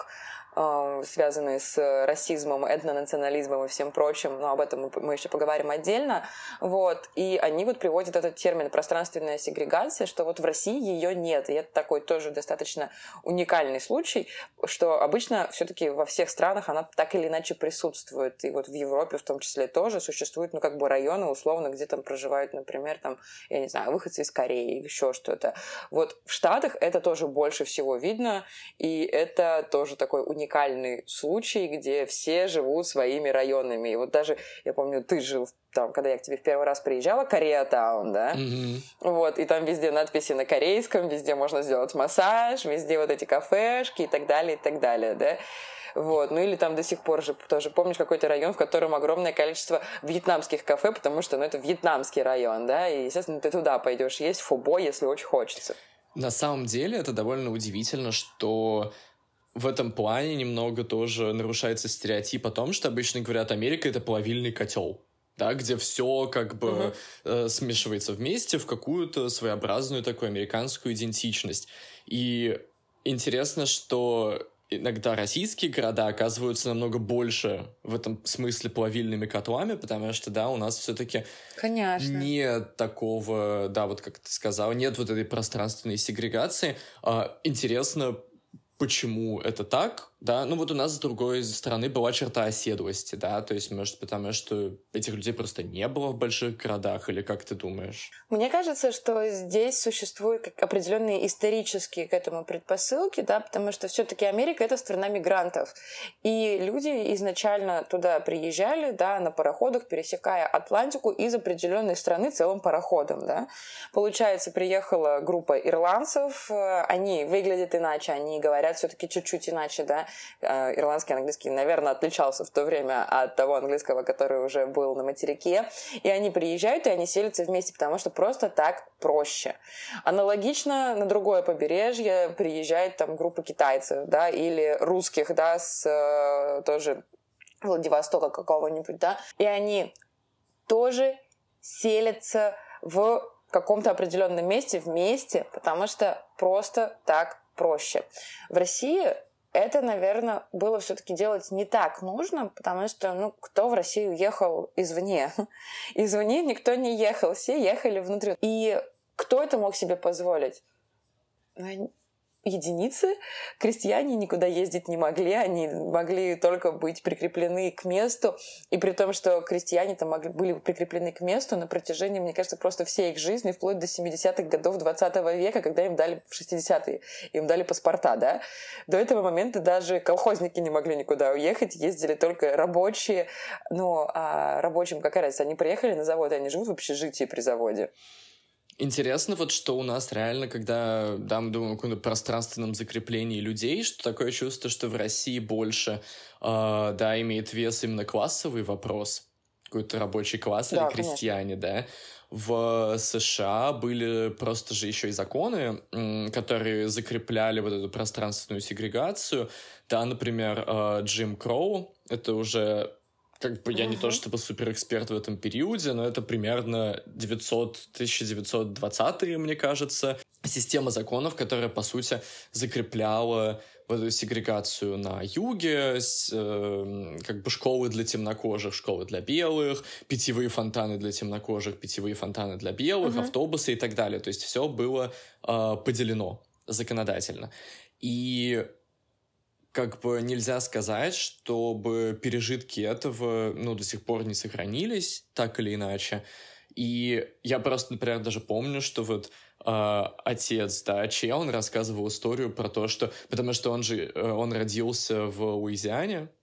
связанные с расизмом, этнонационализмом и всем прочим, но об этом мы еще поговорим отдельно. Вот. И они вот приводят этот термин пространственная сегрегация, что вот в России ее нет. И это такой тоже достаточно уникальный случай, что обычно все-таки во всех странах она так или иначе присутствует. И вот в Европе в том числе тоже существуют, ну, как бы районы, условно, где там проживают, например, там, я не знаю, выходцы из Кореи, еще что-то. Вот в Штатах это тоже больше всего видно, и это тоже такой уникальный уникальный случай, где все живут своими районами. И вот даже, я помню, ты жил там, когда я к тебе в первый раз приезжала, Кореатаун, да? Mm-hmm. Вот, и там везде надписи на корейском, везде можно сделать массаж, везде вот эти кафешки и так далее, и так далее, да? Вот. Ну или там до сих пор же тоже помнишь какой-то район, в котором огромное количество вьетнамских кафе, потому что, ну, это вьетнамский район, да, и, естественно, ты туда пойдешь есть фобо, если очень хочется. На самом деле это довольно удивительно, что в этом плане немного тоже нарушается стереотип о том, что обычно говорят, Америка — это плавильный котел, да, где все как бы uh-huh. э, смешивается вместе в какую-то своеобразную такую американскую идентичность. И интересно, что иногда российские города оказываются намного больше в этом смысле плавильными котлами, потому что, да, у нас все-таки Конечно. нет такого, да, вот как ты сказала, нет вот этой пространственной сегрегации. А, интересно, почему это так, да, ну вот у нас с другой стороны была черта оседлости, да, то есть, может, потому что этих людей просто не было в больших городах, или как ты думаешь? Мне кажется, что здесь существуют как определенные исторические к этому предпосылки, да, потому что все-таки Америка — это страна мигрантов, и люди изначально туда приезжали, да, на пароходах, пересекая Атлантику из определенной страны целым пароходом, да. Получается, приехала группа ирландцев, они выглядят иначе, они говорят все-таки чуть-чуть иначе, да. Ирландский английский, наверное, отличался в то время от того английского, который уже был на материке. И они приезжают, и они селятся вместе, потому что просто так проще. Аналогично на другое побережье приезжает там группа китайцев, да, или русских, да, с тоже Владивостока какого-нибудь, да. И они тоже селятся в каком-то определенном месте вместе, потому что просто так проще. В России это, наверное, было все-таки делать не так нужно, потому что, ну, кто в Россию ехал извне? Извне никто не ехал, все ехали внутрь. И кто это мог себе позволить? Единицы. Крестьяне никуда ездить не могли, они могли только быть прикреплены к месту, и при том, что крестьяне-то могли, были прикреплены к месту на протяжении, мне кажется, просто всей их жизни, вплоть до семидесятых годов двадцатого века, когда им дали, в шестидесятые, им дали паспорта, да. До этого момента даже колхозники не могли никуда уехать, ездили только рабочие, ну, а рабочим какая разница, они приехали на завод, и они живут в общежитии при заводе. Интересно вот, что у нас реально, когда, да, мы думаем о каком-то пространственном закреплении людей, что такое чувство, что в России больше, э, да, имеет вес именно классовый вопрос, какой-то рабочий класс, да, или крестьяне, конечно. Да. В США были просто же еще и законы, которые закрепляли вот эту пространственную сегрегацию. Да, например, э, Джим Кроу, это уже... Как бы я uh-huh. не то чтобы суперэксперт в этом периоде, но это примерно тысяча девятьсот двадцатые, мне кажется, система законов, которая, по сути, закрепляла вот эту сегрегацию на юге, с, э, как бы школы для темнокожих, школы для белых, питьевые фонтаны для темнокожих, питьевые фонтаны для белых, uh-huh. автобусы и так далее. То есть все было э, поделено законодательно. И... как бы нельзя сказать, чтобы пережитки этого, ну, до сих пор не сохранились, так или иначе. И я просто, например, даже помню, что вот э, отец, да, Че, он рассказывал историю про то, что... Потому что он же, он родился в Луизиане,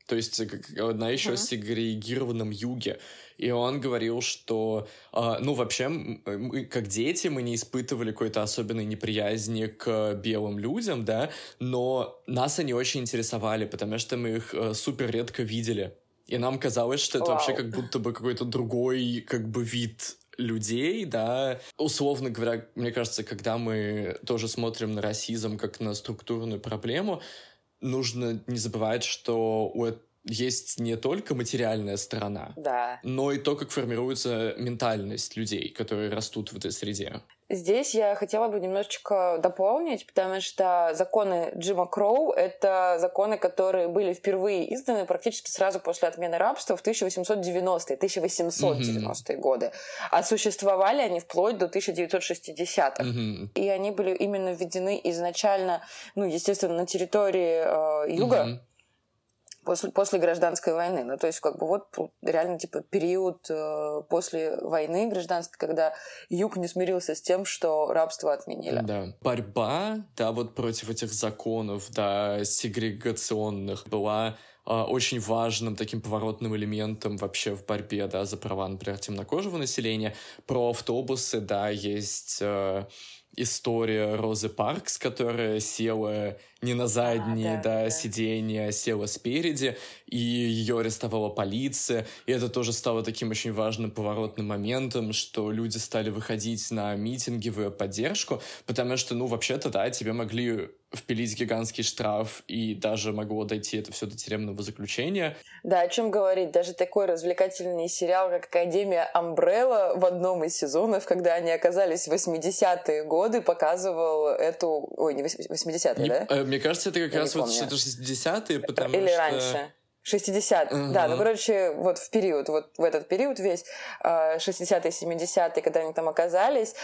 То есть одна еще uh-huh. в сегрегированном юге. И он говорил, что, э, ну, вообще, мы, как дети, мы не испытывали какой-то особенной неприязни к белым людям, да, но нас они очень интересовали, потому что мы их э, супер редко видели. И нам казалось, что это Вау. вообще как будто бы какой-то другой, как бы, вид людей, да. Условно говоря, мне кажется, когда мы тоже смотрим на расизм как на структурную проблему, нужно не забывать, что у этого есть не только материальная сторона, да. но и то, как формируется ментальность людей, которые растут в этой среде. Здесь я хотела бы немножечко дополнить, потому что законы Джима Кроу — это законы, которые были впервые изданы практически сразу после отмены рабства в тысяча восемьсот девяностые, тысяча восемьсот девяностые mm-hmm. годы. А существовали они вплоть до тысяча девятьсот шестидесятых. Mm-hmm. И они были именно введены изначально, ну, естественно, на территории э, юга, mm-hmm. После, после гражданской войны. Ну, то есть, как бы вот реально, типа, период э, после войны гражданской, когда юг не смирился с тем, что рабство отменили. Да. Борьба, да, вот против этих законов, да, сегрегационных была э, очень важным таким поворотным элементом вообще в борьбе, да, за права, например, темнокожего населения. Про автобусы, да, есть... Э, история Розы Паркс, которая села не на заднее, а, да, да, да. сиденье, а села спереди, и ее арестовала полиция. И это тоже стало таким очень важным поворотным моментом, что люди стали выходить на митинги в ее поддержку, потому что, ну, вообще-то, да, тебе могли впилить гигантский штраф, и даже могло дойти это все до тюремного заключения. Да, о чем говорить? Даже такой развлекательный сериал, как «Академия Амбрелла» в одном из сезонов, когда они оказались в восьмидесятые годы, показывал эту... Ой, не восьмидесятые, не, да? Э, мне кажется, это как Я раз вот что-то шестидесятые, потому Или что... раньше. шестидесятые, uh-huh. да, ну, короче, вот в период, вот в этот период весь, шестидесятые, семидесятые, когда они там оказались,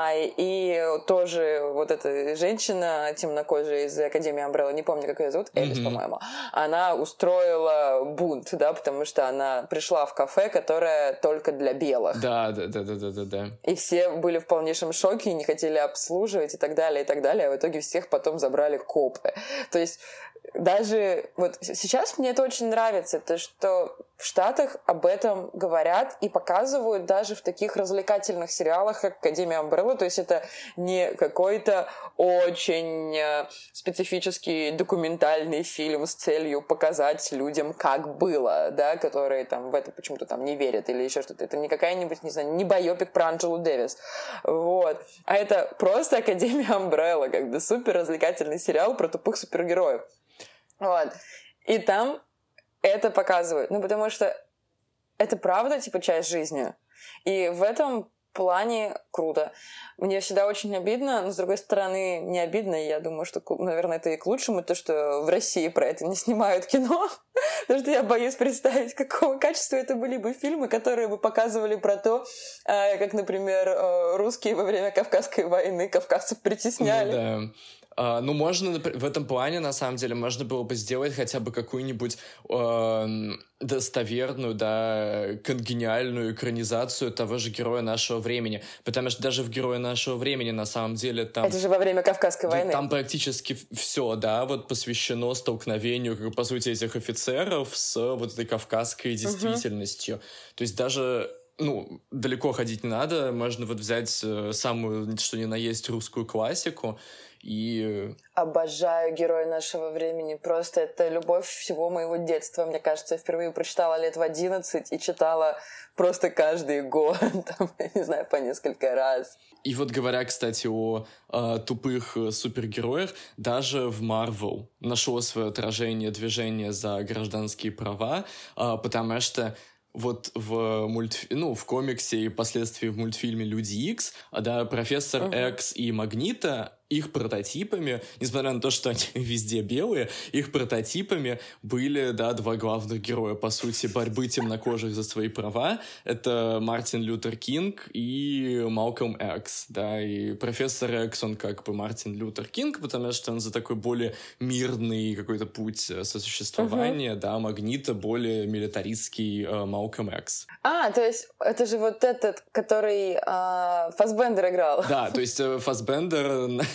и тоже вот эта женщина темнокожая из Академии Амбрелла, не помню, как ее зовут, Элис, uh-huh. по-моему, она устроила бунт, да, потому что она пришла в кафе, которое только для белых. Да, да, да, да, да, да, да. И все были в полнейшем шоке, не хотели обслуживать и так далее, и так далее, а в итоге всех потом забрали копы. То есть даже вот сейчас мне это очень нравится, то, что в Штатах об этом говорят и показывают даже в таких развлекательных сериалах, как «Академия Амбрелла». То есть это не какой-то очень специфический документальный фильм с целью показать людям, как было, да, которые там в это почему-то там не верят или еще что-то. Это не какая-нибудь, не знаю, не байопик про Анджелу Дэвис. Вот. А это просто «Академия Амбрелла», как бы супер развлекательный сериал про тупых супергероев. Вот. И там это показывают. Ну, потому что это правда, типа, часть жизни. И в этом плане круто. Мне всегда очень обидно, но, с другой стороны, не обидно. И я думаю, что, наверное, это и к лучшему, то, что в России про это не снимают кино. Потому что я боюсь представить, какого качества это были бы фильмы, которые бы показывали про то, как, например, русские во время Кавказской войны кавказцев притесняли. Ну, да. Uh, ну, можно в этом плане, на самом деле, можно было бы сделать хотя бы какую-нибудь uh, достоверную, да, конгениальную экранизацию того же «Героя нашего времени». Потому что даже в «Герое нашего времени», на самом деле, там... Это же во время Кавказской войны. Там практически все, да, вот посвящено столкновению, по сути, этих офицеров с вот этой кавказской действительностью. Uh-huh. То есть даже... Ну, далеко ходить не надо, можно вот взять самую, что ни на есть, русскую классику и... Обожаю «Героя нашего времени», просто это любовь всего моего детства. Мне кажется, я впервые прочитала лет в одиннадцать и читала просто каждый год, там, я не знаю, по несколько раз. И вот говоря, кстати, о э, тупых супергероях, даже в Marvel нашло свое отражение движение за гражданские права, э, потому что вот в мультф... ну, в комиксе и впоследствии в мультфильме «Люди Икс», да, Профессор uh-huh. Экс и Магнита, их прототипами, несмотря на то, что они везде белые, их прототипами были, да, два главных героя, по сути, борьбы темнокожих за свои права. Это Мартин Лютер Кинг и Малкольм Экс, да, и Профессор Экс, он как бы Мартин Лютер Кинг, потому что он за такой более мирный какой-то путь сосуществования, uh-huh. да, Магнита более милитаристский э, Малкольм Экс. А, то есть это же вот этот, который э, Фассбендер играл. Да, то есть э, Фассбендер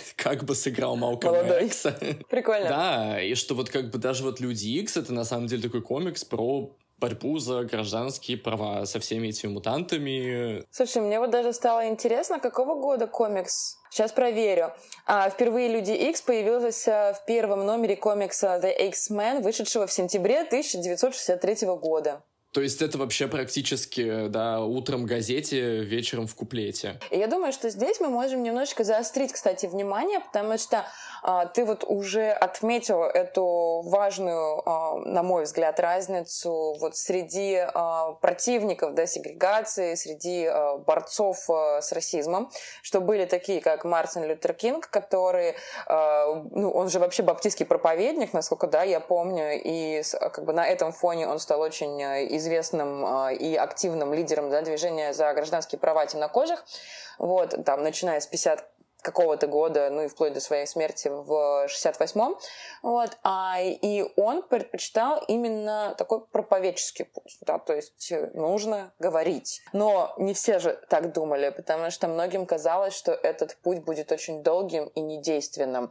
как бы сыграл Малкольма Икса. Прикольно. Да, и что вот как бы даже вот «Люди Икс» — это на самом деле такой комикс про борьбу за гражданские права со всеми этими мутантами. Слушай, мне вот даже стало интересно, какого года комикс? Сейчас проверю. А, впервые «Люди Икс» появился в первом номере комикса The X-Men, вышедшего в сентябре тысяча девятьсот шестьдесят третьего года. То есть это вообще практически, да, утром в газете, вечером в куплете. И я думаю, что здесь мы можем немножечко заострить, кстати, внимание, потому что а, ты вот уже отметил эту важную, а, на мой взгляд, разницу вот среди а, противников, да, сегрегации, среди а, борцов а, с расизмом, что были такие, как Мартин Лютер Кинг, который, а, ну, он же вообще баптистский проповедник, насколько, да, я помню, и как бы на этом фоне он стал очень известным известным э, и активным лидером, да, движения за гражданские права темнокожих, вот, там, начиная с пятидесятого какого-то года, ну и вплоть до своей смерти в шестьдесят восьмом, вот, а, и он предпочитал именно такой проповедческий путь, да, то есть нужно говорить. Но не все же так думали, потому что многим казалось, что этот путь будет очень долгим и недейственным.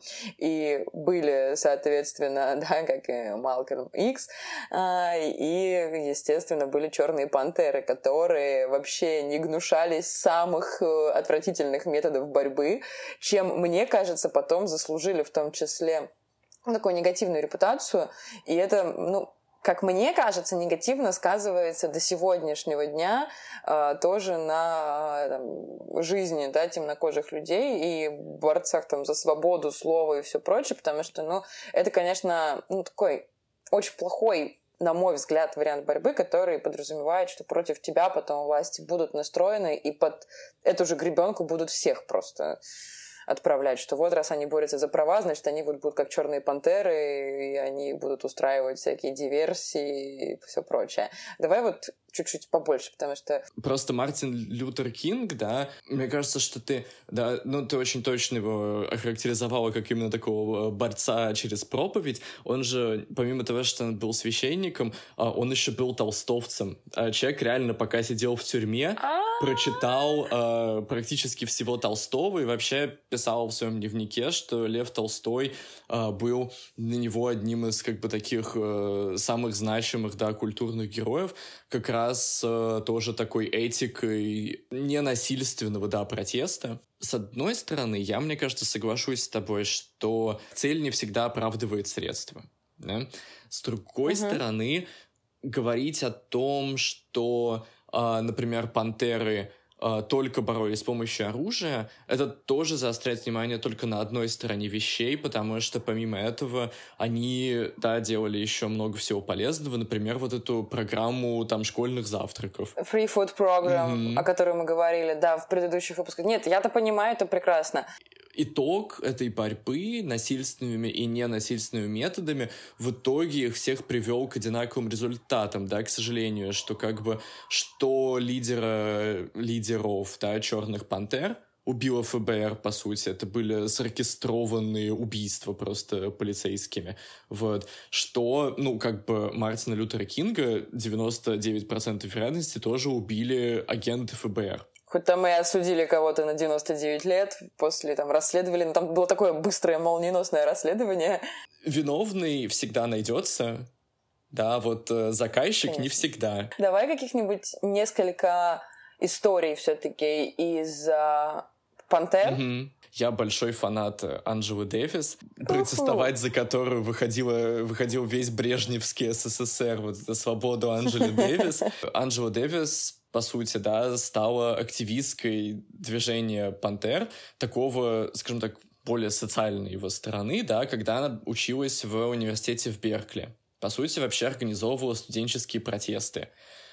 И были, соответственно, да, как и Малкольм Икс, а, и, естественно, были черные пантеры, которые вообще не гнушались самых отвратительных методов борьбы, чем, мне кажется, потом заслужили в том числе такую негативную репутацию. И это, ну, как мне кажется, негативно сказывается до сегодняшнего дня э, тоже на там, жизни, да, темнокожих людей и борцах там, за свободу слова и все прочее, потому что, ну, это, конечно, ну, такой очень плохой, на мой взгляд, вариант борьбы, который подразумевает, что против тебя потом власти будут настроены и под эту же гребенку будут всех просто отправлять, что вот раз они борются за права, значит, они вот будут как черные пантеры, и они будут устраивать всякие диверсии и все прочее. Давай вот чуть-чуть побольше, потому что... Просто Мартин Лютер Кинг, да, мне кажется, что ты, да, ну, ты очень точно его охарактеризовала как именно такого борца через проповедь. Он же, помимо того, что он был священником, он еще был толстовцем. Человек реально, пока сидел в тюрьме, прочитал э, практически всего Толстого и вообще писал в своем дневнике, что Лев Толстой э, был для него одним из как бы таких э, самых значимых, да, культурных героев, как раз э, тоже такой этикой ненасильственного, да, протеста. С одной стороны, я, мне кажется, соглашусь с тобой, что цель не всегда оправдывает средства. Да? С другой uh-huh. стороны, говорить о том, что например, пантеры только боролись с помощью оружия, это тоже заостряет внимание только на одной стороне вещей, потому что помимо этого они, да, делали еще много всего полезного, например, вот эту программу там школьных завтраков. Free Food Program, mm-hmm. о которой мы говорили, да, в предыдущих выпусках. Нет, я-то понимаю, это прекрасно. Итог этой борьбы насильственными и ненасильственными методами в итоге их всех привел к одинаковым результатам, да, к сожалению, что как бы что лидера, лидеров, да, черных пантер убило эф бэ эр, по сути, это были соркестрованные убийства просто полицейскими, вот, что, ну, как бы Мартина Лютера Кинга девяносто девять процентов вероятности тоже убили агенты эф бэ эр. Хоть там и осудили кого-то на девяносто девять лет, после там расследовали, но там было такое быстрое, молниеносное расследование. Виновный всегда найдется, да, вот э, заказчик Конечно. Не всегда. Давай каких-нибудь несколько историй все-таки из э, «Пантер». Угу. Я большой фанат Анджелы Дэвис, протестовать за которую выходила, выходил весь брежневский эс эс эс эр, вот за свободу Анджелы Дэвис. Анджела Дэвис, по сути, да, стала активисткой движения «Пантер», такого, скажем так, более социальной его стороны, да, когда она училась в университете в Беркли. По сути, вообще организовывала студенческие протесты,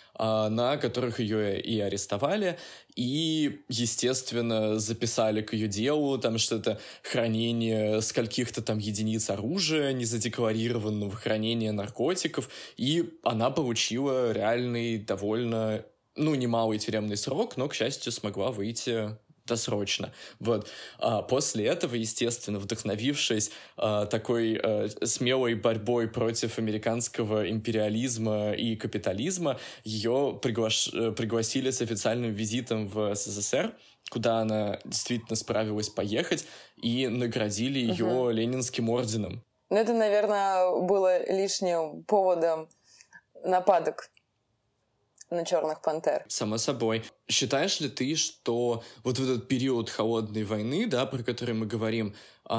на которых ее и арестовали, и, естественно, записали к ее делу там что-то хранение скольких-то там единиц оружия, незадекларированного хранения наркотиков, и она получила реальный, довольно, ну, немалый тюремный срок, но, к счастью, смогла выйти досрочно. Вот. А после этого, естественно, вдохновившись а, такой а, смелой борьбой против американского империализма и капитализма, ее приглаш... пригласили с официальным визитом в СССР, куда она действительно справилась поехать, и наградили ее угу. Ленинским орденом. Ну, это, наверное, было лишним поводом нападок на «Черных пантер». Само собой. Считаешь ли ты, что вот в этот период холодной войны, да, про который мы говорим,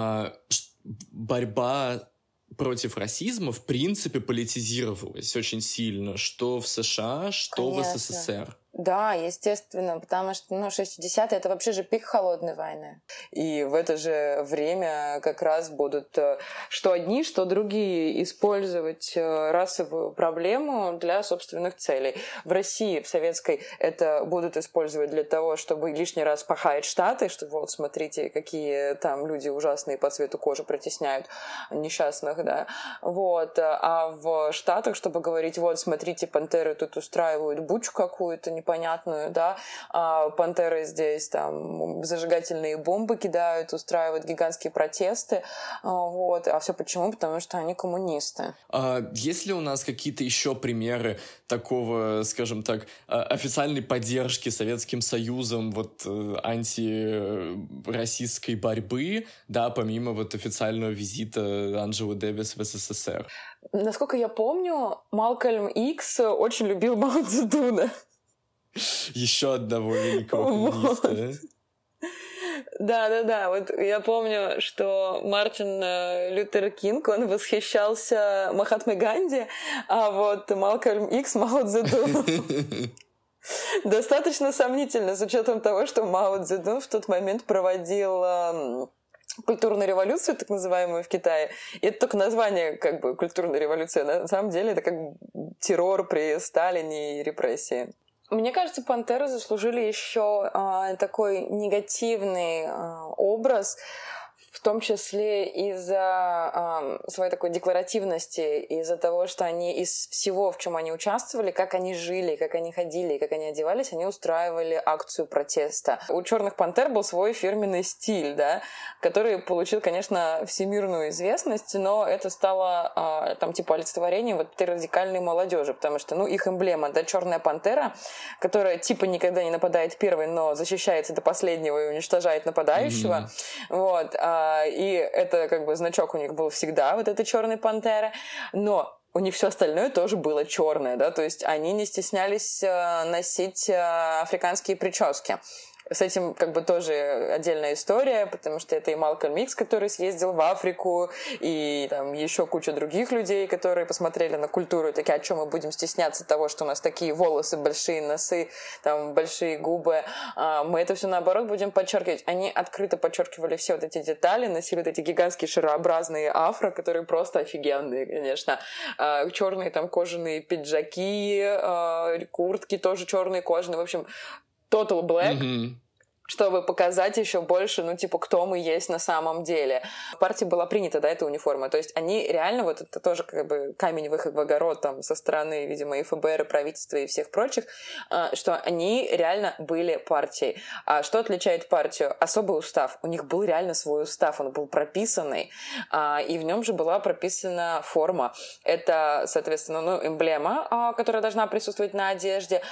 борьба против расизма в принципе политизировалась очень сильно, что в США, что Конечно. В СССР? Да, естественно, потому что, ну, шестидесятые — это вообще же пик холодной войны. И в это же время как раз будут что одни, что другие использовать расовую проблему для собственных целей. В России, в советской, это будут использовать для того, чтобы лишний раз пахать Штаты, что вот, смотрите, какие там люди ужасные по цвету кожи притесняют несчастных, да. Вот. А в Штатах, чтобы говорить, вот, смотрите, пантеры тут устраивают бучу какую-то непонятную, да, а пантеры здесь там зажигательные бомбы кидают, устраивают гигантские протесты, вот, а все почему? Потому что они коммунисты. А есть ли у нас какие-то еще примеры такого, скажем так, официальной поддержки Советским Союзом вот антироссийской борьбы, да, помимо вот официального визита Анджелы Дэвис в СССР? Насколько я помню, Малкольм Икс очень любил Мао Цзэдуна. Еще одного великого коммуниста. Вот. Да-да-да, вот я помню, что Мартин Лютер Кинг, он восхищался Махатмой Ганди, а вот Малкольм Икс Мао Цзэдуном. Достаточно сомнительно, с учетом того, что Мао Цзэдун в тот момент проводил культурную революцию, так называемую, в Китае. И это только название, как бы, культурной революции. На самом деле это как террор при Сталине и репрессии. Мне кажется, пантеры заслужили еще э, такой негативный э, образ, в том числе из-за э, своей такой декларативности, из-за того, что они из всего, в чем они участвовали, как они жили, как они ходили, как они одевались, они устраивали акцию протеста. У «Черных пантер» был свой фирменный стиль, да, который получил, конечно, всемирную известность, но это стало э, там типа олицетворением вот этой радикальной молодежи, потому что, ну, их эмблема, да, черная пантера, которая типа никогда не нападает первой, но защищается до последнего и уничтожает нападающего, mm-hmm. вот. И это как бы значок у них был всегда, вот этой черной пантеры, но у них все остальное тоже было черное, да, то есть они не стеснялись носить африканские прически. С этим как бы тоже отдельная история, потому что это и Малкольм Икс, который съездил в Африку, и там еще куча других людей, которые посмотрели на культуру и такие, а что мы будем стесняться того, что у нас такие волосы, большие носы, там большие губы. Мы это все наоборот будем подчеркивать. Они открыто подчеркивали все вот эти детали, носили вот эти гигантские шарообразные афро, которые просто офигенные, конечно. Черные там кожаные пиджаки, куртки тоже черные кожаные, в общем, Total Black, mm-hmm. чтобы показать еще больше, ну, типа, кто мы есть на самом деле. В партии была принята, да, эта униформа. То есть они реально, вот это тоже как бы камень в их огород там со стороны, видимо, и ФБР, и правительства, и всех прочих, что они реально были партией. А что отличает партию? Особый устав. У них был реально свой устав, он был прописанный, и в нем же была прописана форма. Это, соответственно, ну, эмблема, которая должна присутствовать на одежде,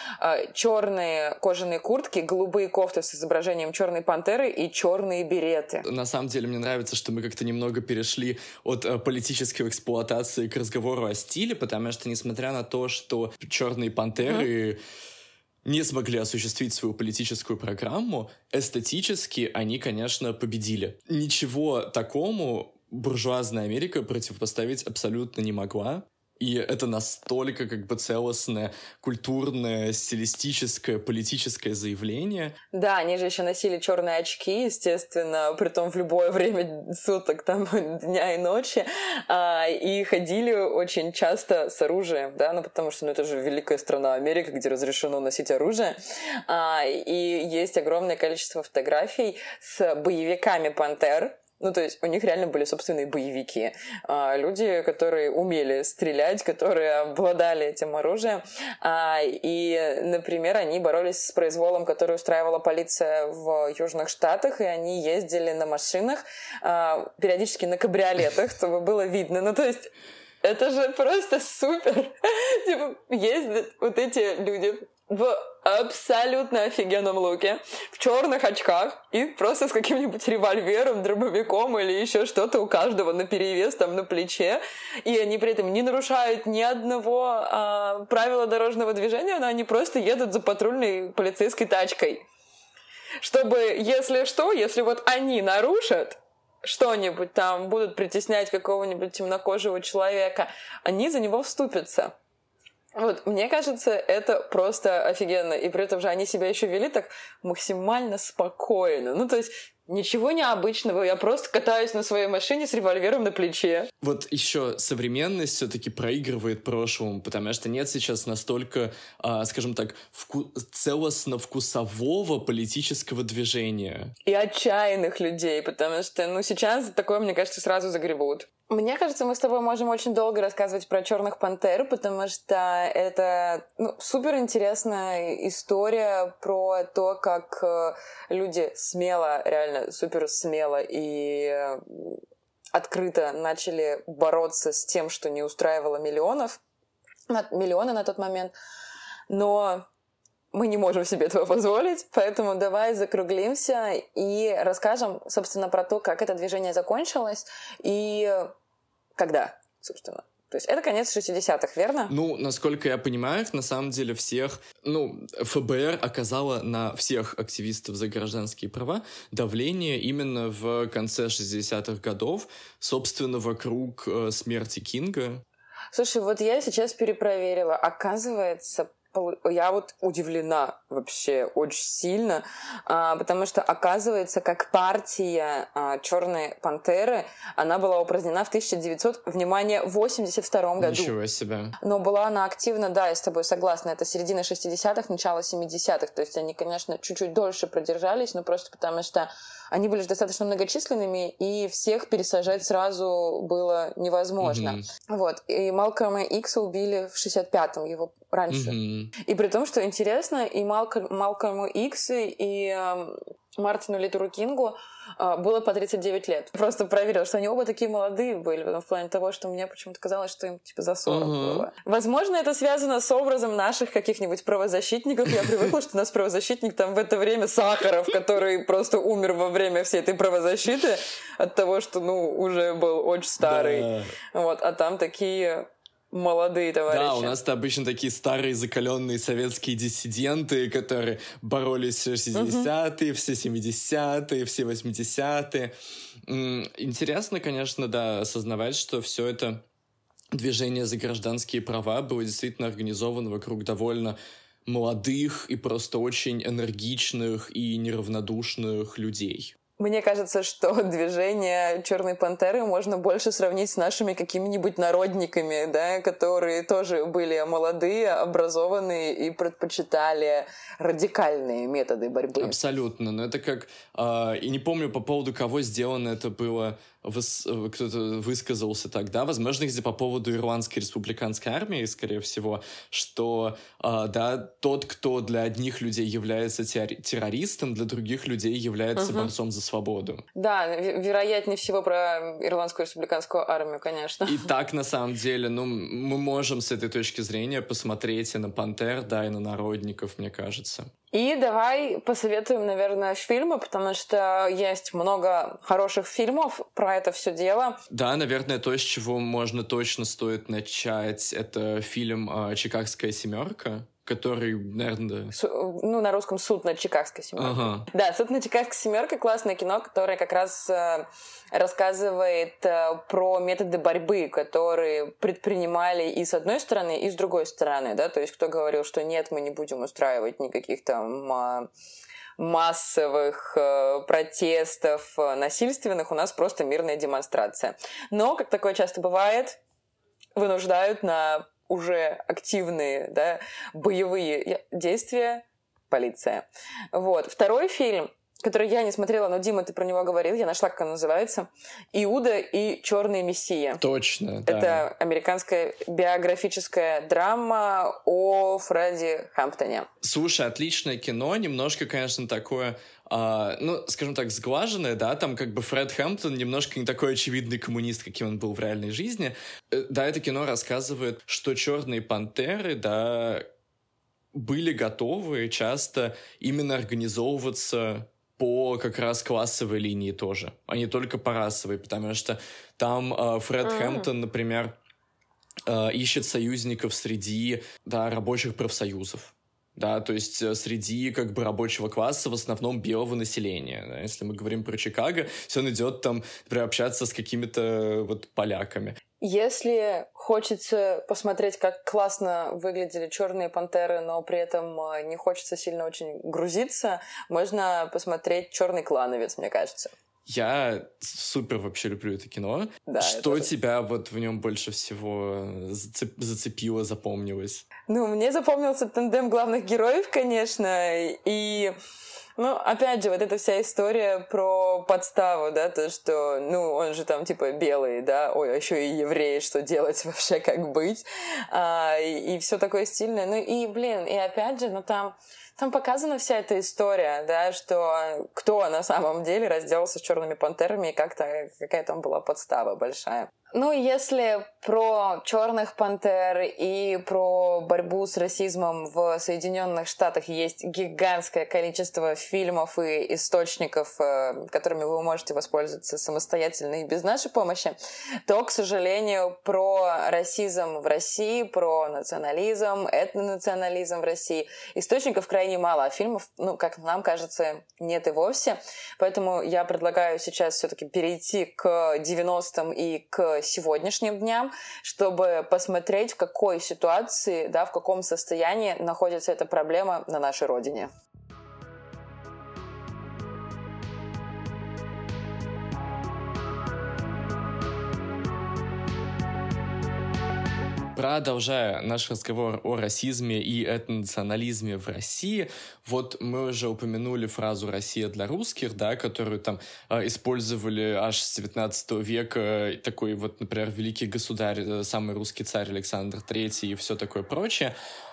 черные кожаные куртки, голубые кофты с изображением черной пантеры и черные береты. На самом деле мне нравится, что мы как-то немного перешли от э, политической эксплуатации к разговору о стиле, потому что, несмотря на то, что черные пантеры mm. не смогли осуществить свою политическую программу, эстетически они, конечно, победили. Ничего такому буржуазная Америка противопоставить абсолютно не могла. И это настолько как бы целостное культурное, стилистическое, политическое заявление. Да, они же еще носили черные очки, естественно, притом в любое время суток, там, дня и ночи, а, и ходили очень часто с оружием, да, ну потому что ну, это же великая страна Америка, где разрешено носить оружие, а, и есть огромное количество фотографий с боевиками пантер, Ну, то есть у них реально были собственные боевики. А, люди, которые умели стрелять, которые обладали этим оружием. А, и, например, они боролись с произволом, который устраивала полиция в Южных Штатах, и они ездили на машинах, а, периодически на кабриолетах, чтобы было видно. Ну, то есть это же просто супер. Типа, ездят вот эти люди в абсолютно офигенном луке, в черных очках и просто с каким-нибудь револьвером, дробовиком или еще что-то у каждого наперевес там на плече. И они при этом не нарушают ни одного а, правила дорожного движения, но они просто едут за патрульной полицейской тачкой. Чтобы, если что, если вот они нарушат что-нибудь там, будут притеснять какого-нибудь темнокожего человека, они за него вступятся. Вот, мне кажется, это просто офигенно. И при этом же они себя еще вели так максимально спокойно. Ну, то есть ничего необычного. Я просто катаюсь на своей машине с револьвером на плече. Вот еще современность все-таки проигрывает прошлому, потому что нет сейчас настолько, а, скажем так, вку- целостно-вкусового политического движения. И отчаянных людей, потому что, ну, сейчас такое, мне кажется, сразу загребут. Мне кажется, мы с тобой можем очень долго рассказывать про «Черных пантер», потому что это, ну, суперинтересная история про то, как э, люди смело, реально супер смело и э, открыто начали бороться с тем, что не устраивало миллионов, миллионы на тот момент. Но мы не можем себе этого позволить, поэтому давай закруглимся и расскажем, собственно, про то, как это движение закончилось и когда, собственно. То есть это конец шестидесятых, верно? Ну, насколько я понимаю, на самом деле всех... Ну, эф бэ эр оказало на всех активистов за гражданские права давление именно в конце шестидесятых годов, собственно, вокруг э, смерти Кинга. Слушай, вот я сейчас перепроверила. Оказывается, я вот удивлена вообще очень сильно, потому что, оказывается, как партия «Черные пантеры», она была упразднена в тысяча девятьсот, внимание, восемьдесят втором году. Ничего себе. Но была она активна, да, я с тобой согласна, это середина шестидесятых, начало семидесятых, то есть они, конечно, чуть-чуть дольше продержались, но просто потому что они были же достаточно многочисленными, и всех пересажать сразу было невозможно. Mm-hmm. Вот. И Малкольма Икса убили в шестьдесят пятом, его раньше. Mm-hmm. И при том, что интересно, и Малкольм, Малкольму Иксу, и э, Мартину Лютеру Кингу э, было по тридцать девять лет. Просто проверила, что они оба такие молодые были, в плане того, что мне почему-то казалось, что им типа за сорок uh-huh. было. Возможно, это связано с образом наших каких-нибудь правозащитников. Я привыкла, что у нас правозащитник там в это время Сахаров, который просто умер во время всей этой правозащиты от того, что, ну, уже был очень старый. Да. Вот, а там такие... молодые товарищи. Да, у нас-то обычно такие старые закаленные советские диссиденты, которые боролись все шестидесятые, uh-huh. все семидесятые, все восьмидесятые. Интересно, конечно, да, осознавать, что все это движение за гражданские права было действительно организовано вокруг довольно молодых и просто очень энергичных и неравнодушных людей. Мне кажется, что движение «Черной пантеры» можно больше сравнить с нашими какими-нибудь народниками, да, которые тоже были молодые, образованные и предпочитали радикальные методы борьбы. Абсолютно. Но это как... Э, и не помню, по поводу кого сделано это было... Выс... Кто-то высказался тогда, возможно, где по поводу Ирландской республиканской армии, скорее всего, что, э, да, тот, кто для одних людей является террористом, для других людей является угу. борцом за свободу. Да, вероятнее всего про Ирландскую республиканскую армию, конечно. И так, на самом деле, ну, мы можем с этой точки зрения посмотреть и на пантер, да, и на народников, мне кажется. И давай посоветуем, наверное, фильмы, потому что есть много хороших фильмов про это все дело. Да, наверное, то, с чего можно точно стоит начать, это фильм «Чикагская семерка», который, наверное... Су- ну, на русском «Суд над Чикагской семеркой». Ага. Да, «Суд над Чикагской семеркой» — классное кино, которое как раз э, рассказывает э, про методы борьбы, которые предпринимали и с одной стороны, и с другой стороны, да, то есть кто говорил, что нет, мы не будем устраивать никаких там... Э, массовых э, протестов э, насильственных, у нас просто мирная демонстрация. Но, как такое часто бывает, вынуждают на уже активные, да, боевые действия полиция. Вот. Второй фильм который я не смотрела, но, Дима, ты про него говорил, я нашла, как он называется. «Иуда и черный мессия». Точно, да. Это американская биографическая драма о Фредди Хэмптоне. Слушай, отличное кино, немножко, конечно, такое... Uh, ну, скажем так, сглаженное, да, там как бы Фред Хэмптон немножко не такой очевидный коммунист, каким он был в реальной жизни. Да, это кино рассказывает, что «Черные пантеры», да, были готовы часто именно организовываться по как раз классовой линии тоже, а не только по расовой, потому что там uh, Фред mm-hmm. Хэмптон, например, uh, ищет союзников среди, да, рабочих профсоюзов. Да, то есть среди как бы рабочего класса в основном белого населения. Да? Если мы говорим про Чикаго, все он идет там, например, общаться с какими-то вот поляками. Если хочется посмотреть, как классно выглядели «Черные пантеры», но при этом не хочется сильно очень грузиться, можно посмотреть «Черный клановец», мне кажется. Я супер вообще люблю это кино. Да, что это... тебя вот в нем больше всего зацеп... зацепило, запомнилось? Ну, мне запомнился тандем главных героев, конечно, и... Ну, опять же, вот эта вся история про подставу, да, то, что, ну, он же там, типа, белый, да, ой, а еще и еврей, что делать вообще, как быть, а, и, и все такое стильное. Ну, и, блин, и опять же, ну, там... Там показана вся эта история, да, что кто на самом деле разделался с черными пантерами и как-то какая там была подстава большая. Ну, если про черных пантер и про борьбу с расизмом в Соединенных Штатах есть гигантское количество фильмов и источников, которыми вы можете воспользоваться самостоятельно и без нашей помощи, то, к сожалению, про расизм в России, про национализм, этнонационализм в России источников крайне мало, а фильмов, ну, как нам кажется, нет и вовсе. Поэтому я предлагаю сейчас все-таки перейти к девяностым и к сегодняшним дням, чтобы посмотреть, в какой ситуации, да, в каком состоянии находится эта проблема на нашей родине. Продолжая наш разговор о расизме и этнонационализме в России, вот мы уже упомянули фразу «Россия для русских», да, которую там э, использовали аж с девятнадцатого века, такой вот, например, великий государь, самый русский царь Александр Третий и все такое прочее.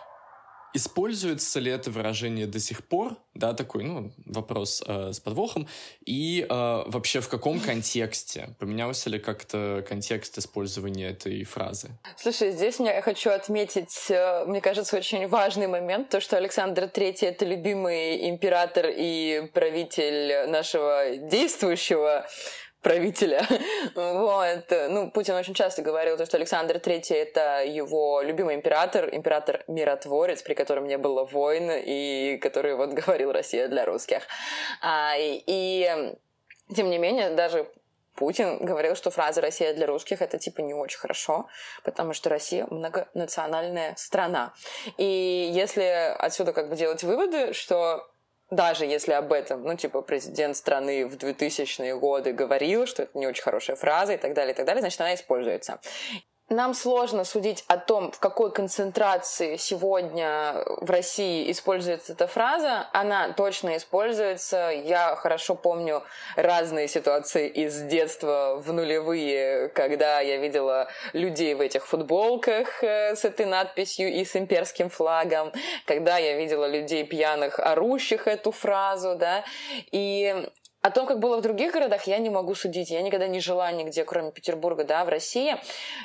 Используется ли это выражение до сих пор? Да, такой, ну, вопрос э, с подвохом. И э, вообще в каком контексте? Поменялся ли как-то контекст использования этой фразы? Слушай, здесь я хочу отметить, мне кажется, очень важный момент, то, что Александр Третий — это любимый император и правитель нашего действующего правителя. Вот. Ну, Путин очень часто говорил, что Александр Третий — это его любимый император, император-миротворец, при котором не было войн, и который вот говорил «Россия для русских». А, и, и, тем не менее, даже Путин говорил, что фраза «Россия для русских» — это типа не очень хорошо, потому что Россия многонациональная страна. И если отсюда как бы делать выводы, что даже если об этом, ну, типа, президент страны в двухтысячные годы говорил, что это не очень хорошая фраза и так далее, и так далее, значит, она используется. Нам сложно судить о том, в какой концентрации сегодня в России используется эта фраза. Она точно используется. Я хорошо помню разные ситуации из детства в нулевые, когда я видела людей в этих футболках с этой надписью и с имперским флагом, когда я видела людей пьяных, орущих эту фразу, да, и... О том, как было в других городах, я не могу судить. Я никогда не жила нигде, кроме Петербурга, да, в России.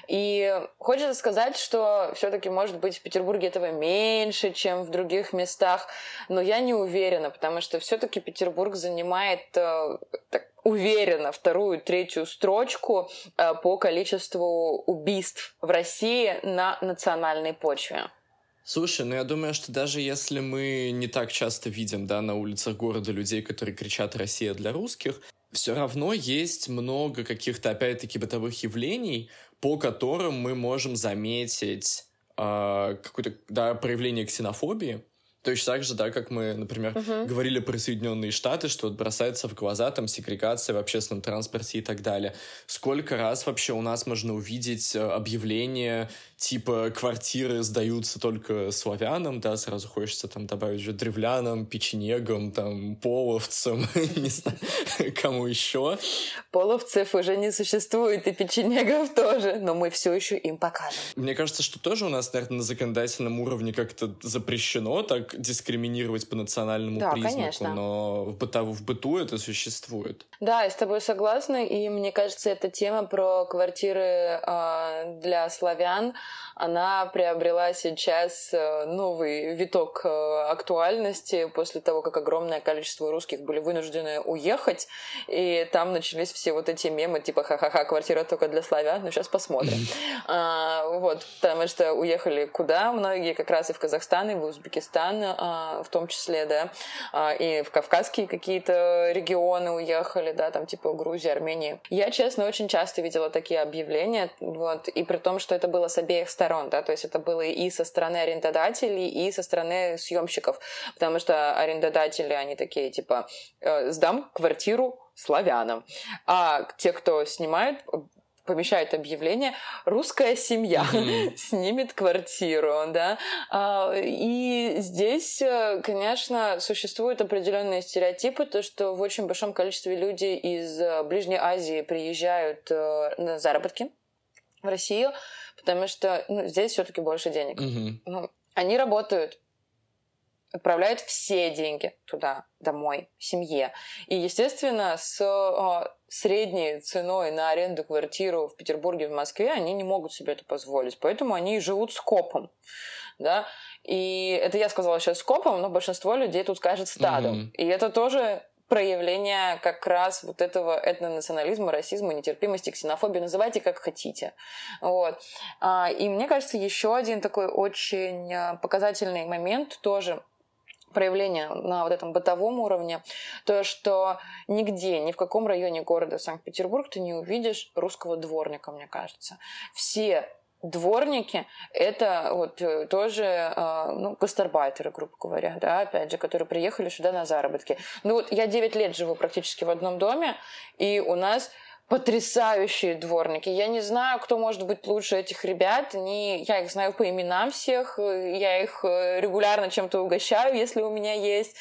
И хочется сказать, что все-таки, может быть, в Петербурге этого меньше, чем в других местах. Но я не уверена, потому что все-таки Петербург занимает э, так, уверенно вторую, третью строчку э, по количеству убийств в России на национальной почве. Слушай, ну я думаю, что даже если мы не так часто видим, да, на улицах города людей, которые кричат «Россия для русских», все равно есть много каких-то, опять-таки, бытовых явлений, по которым мы можем заметить э, какое-то, да, проявление ксенофобии. Точно так же, да, как мы, например, uh-huh. говорили про Соединенные Штаты, что вот бросается в глаза там сегрегация в общественном транспорте и так далее. Сколько раз вообще у нас можно увидеть объявление типа квартиры сдаются только славянам, да, сразу хочется там добавить же древлянам, печенегам, там, половцам, не знаю, кому еще. Половцев уже не существует, и печенегов тоже, но мы все еще им покажем. Мне кажется, что тоже у нас, наверное, на законодательном уровне как-то запрещено так дискриминировать по национальному да, признаку, конечно. но в быту, в быту это существует. Да, я с тобой согласна, и мне кажется, эта тема про квартиры э, для славян, она приобрела сейчас новый виток актуальности после того, как огромное количество русских были вынуждены уехать, и там начались все вот эти мемы, типа ха-ха-ха, квартира только для славян, ну сейчас посмотрим. а, вот, потому что уехали куда? Многие как раз и в Казахстан, и в Узбекистан, а, в том числе, да, а, и в кавказские какие-то регионы уехали, да, там типа Грузия, Армения. Я, честно, очень часто видела такие объявления, вот, и при том, что это было с обеих сторон, да, то есть это было и со стороны арендодателей, и со стороны съемщиков, потому что арендодатели, они такие, типа, сдам квартиру славянам, а те, кто снимает, помещают объявление «Русская семья mm-hmm. снимет квартиру», да, и здесь, конечно, существуют определенные стереотипы, то, что в очень большом количестве людей из Ближней Азии приезжают на заработки в Россию, потому что ну, здесь все-таки больше денег. Mm-hmm. Ну, они работают, отправляют все деньги туда, домой, семье. И, естественно, с о, средней ценой на аренду квартиру в Петербурге, в Москве они не могут себе это позволить. Поэтому они живут скопом. Да? И это я сказала сейчас скопом, но большинство людей тут скажет стадом. Mm-hmm. И это тоже проявление как раз вот этого этнонационализма, расизма, нетерпимости, ксенофобии, называйте как хотите. Вот. И мне кажется, еще один такой очень показательный момент тоже проявление на вот этом бытовом уровне, то, что нигде, ни в каком районе города Санкт-Петербург ты не увидишь русского дворника, мне кажется. Все дворники — это вот тоже ну, гастарбайтеры, грубо говоря, да, опять же, которые приехали сюда на заработки. Ну вот я девять лет живу практически в одном доме, и у нас потрясающие дворники. Я не знаю, кто может быть лучше этих ребят. Они, я их знаю по именам всех, я их регулярно чем-то угощаю, если у меня есть.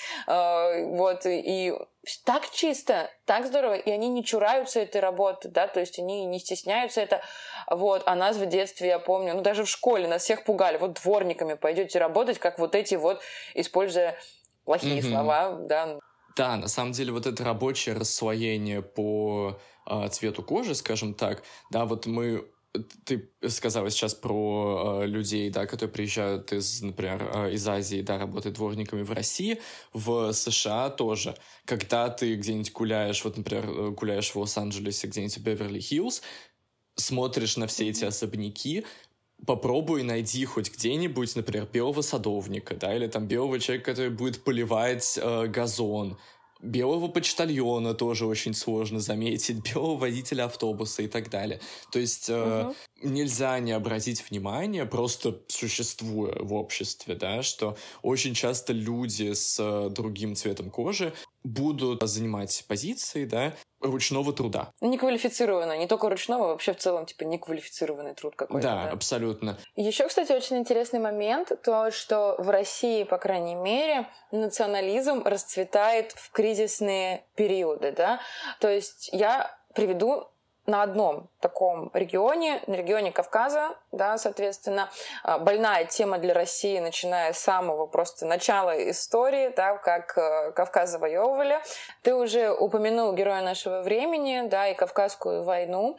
Вот, и так чисто, так здорово, и они не чураются этой работы, да, то есть они не стесняются это. Вот, а нас в детстве, я помню, ну даже в школе нас всех пугали, вот дворниками пойдете работать, как вот эти вот, используя плохие mm-hmm. слова, да. Да, на самом деле вот это рабочее расслоение по э, цвету кожи, скажем так, да, вот мы, ты сказала сейчас про э, людей, да, которые приезжают из, например, э, из Азии, да, работают дворниками в России, в США тоже. Когда ты где-нибудь гуляешь, вот, например, гуляешь в Лос-Анджелесе, где-нибудь в Беверли-Хиллз, смотришь на все эти особняки, попробуй найди хоть где-нибудь, например, белого садовника, да, или там белого человека, который будет поливать э, газон. Белого почтальона тоже очень сложно заметить, белого водителя автобуса и так далее. То есть э, uh-huh. нельзя не обратить внимание, просто существуя в обществе, да, что очень часто люди с э, другим цветом кожи будут занимать позиции, да, ручного труда. Неквалифицированно, не только ручного, вообще в целом, типа, неквалифицированный труд какой-то. Да, да, абсолютно. Еще, кстати, очень интересный момент, то, что в России, по крайней мере, национализм расцветает в кризисные периоды, да, то есть я приведу на одном таком регионе, на регионе Кавказа, да, соответственно, больная тема для России, начиная с самого просто начала истории, да, как Кавказ завоевывали. Ты уже упомянул героя нашего времени, да, и Кавказскую войну,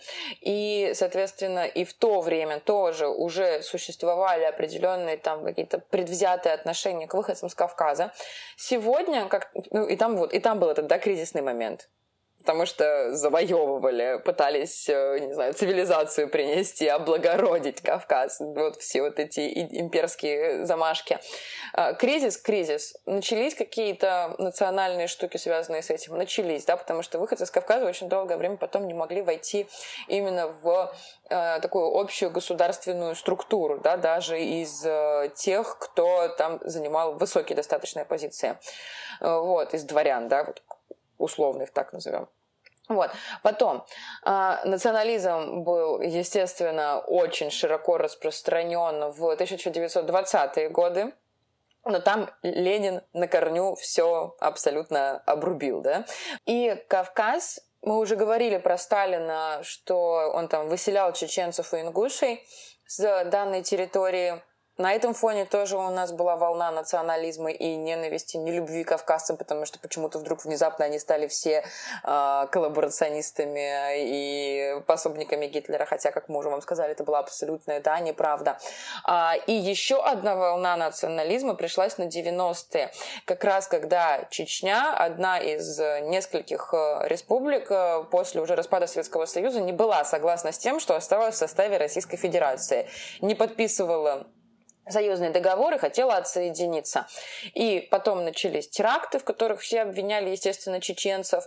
и, соответственно, и в то время тоже уже существовали определенные там какие-то предвзятые отношения к выходцам с Кавказа. Сегодня, как, ну, и там вот, и там был этот, да, кризисный момент. Потому что завоевывали, пытались, не знаю, цивилизацию принести, облагородить Кавказ. Вот все вот эти имперские замашки. Кризис, кризис. Начались какие-то национальные штуки, связанные с этим? Начались, да, потому что выходцы с Кавказа очень долгое время потом не могли войти именно в такую общую государственную структуру, да, даже из тех, кто там занимал высокие достаточные позиции. Вот, из дворян, да, вот, условных, так назовем. Вот. Потом, э, национализм был, естественно, очень широко распространен в тысяча девятьсот двадцатые годы, но там Ленин на корню все абсолютно обрубил, да. И Кавказ, мы уже говорили про Сталина, что он там выселял чеченцев и ингушей с данной территории. На этом фоне тоже у нас была волна национализма и ненависти, нелюбви к кавказцам, потому что почему-то вдруг внезапно они стали все э, коллаборационистами и пособниками Гитлера, хотя, как мы уже вам сказали, это была абсолютная, да, неправда. А, и еще одна волна национализма пришлась на девяностые, как раз когда Чечня, одна из нескольких республик после уже распада Советского Союза, не была согласна с тем, что оставалась в составе Российской Федерации, не подписывала союзные договоры, хотела отсоединиться. И потом начались теракты, в которых все обвиняли, естественно, чеченцев.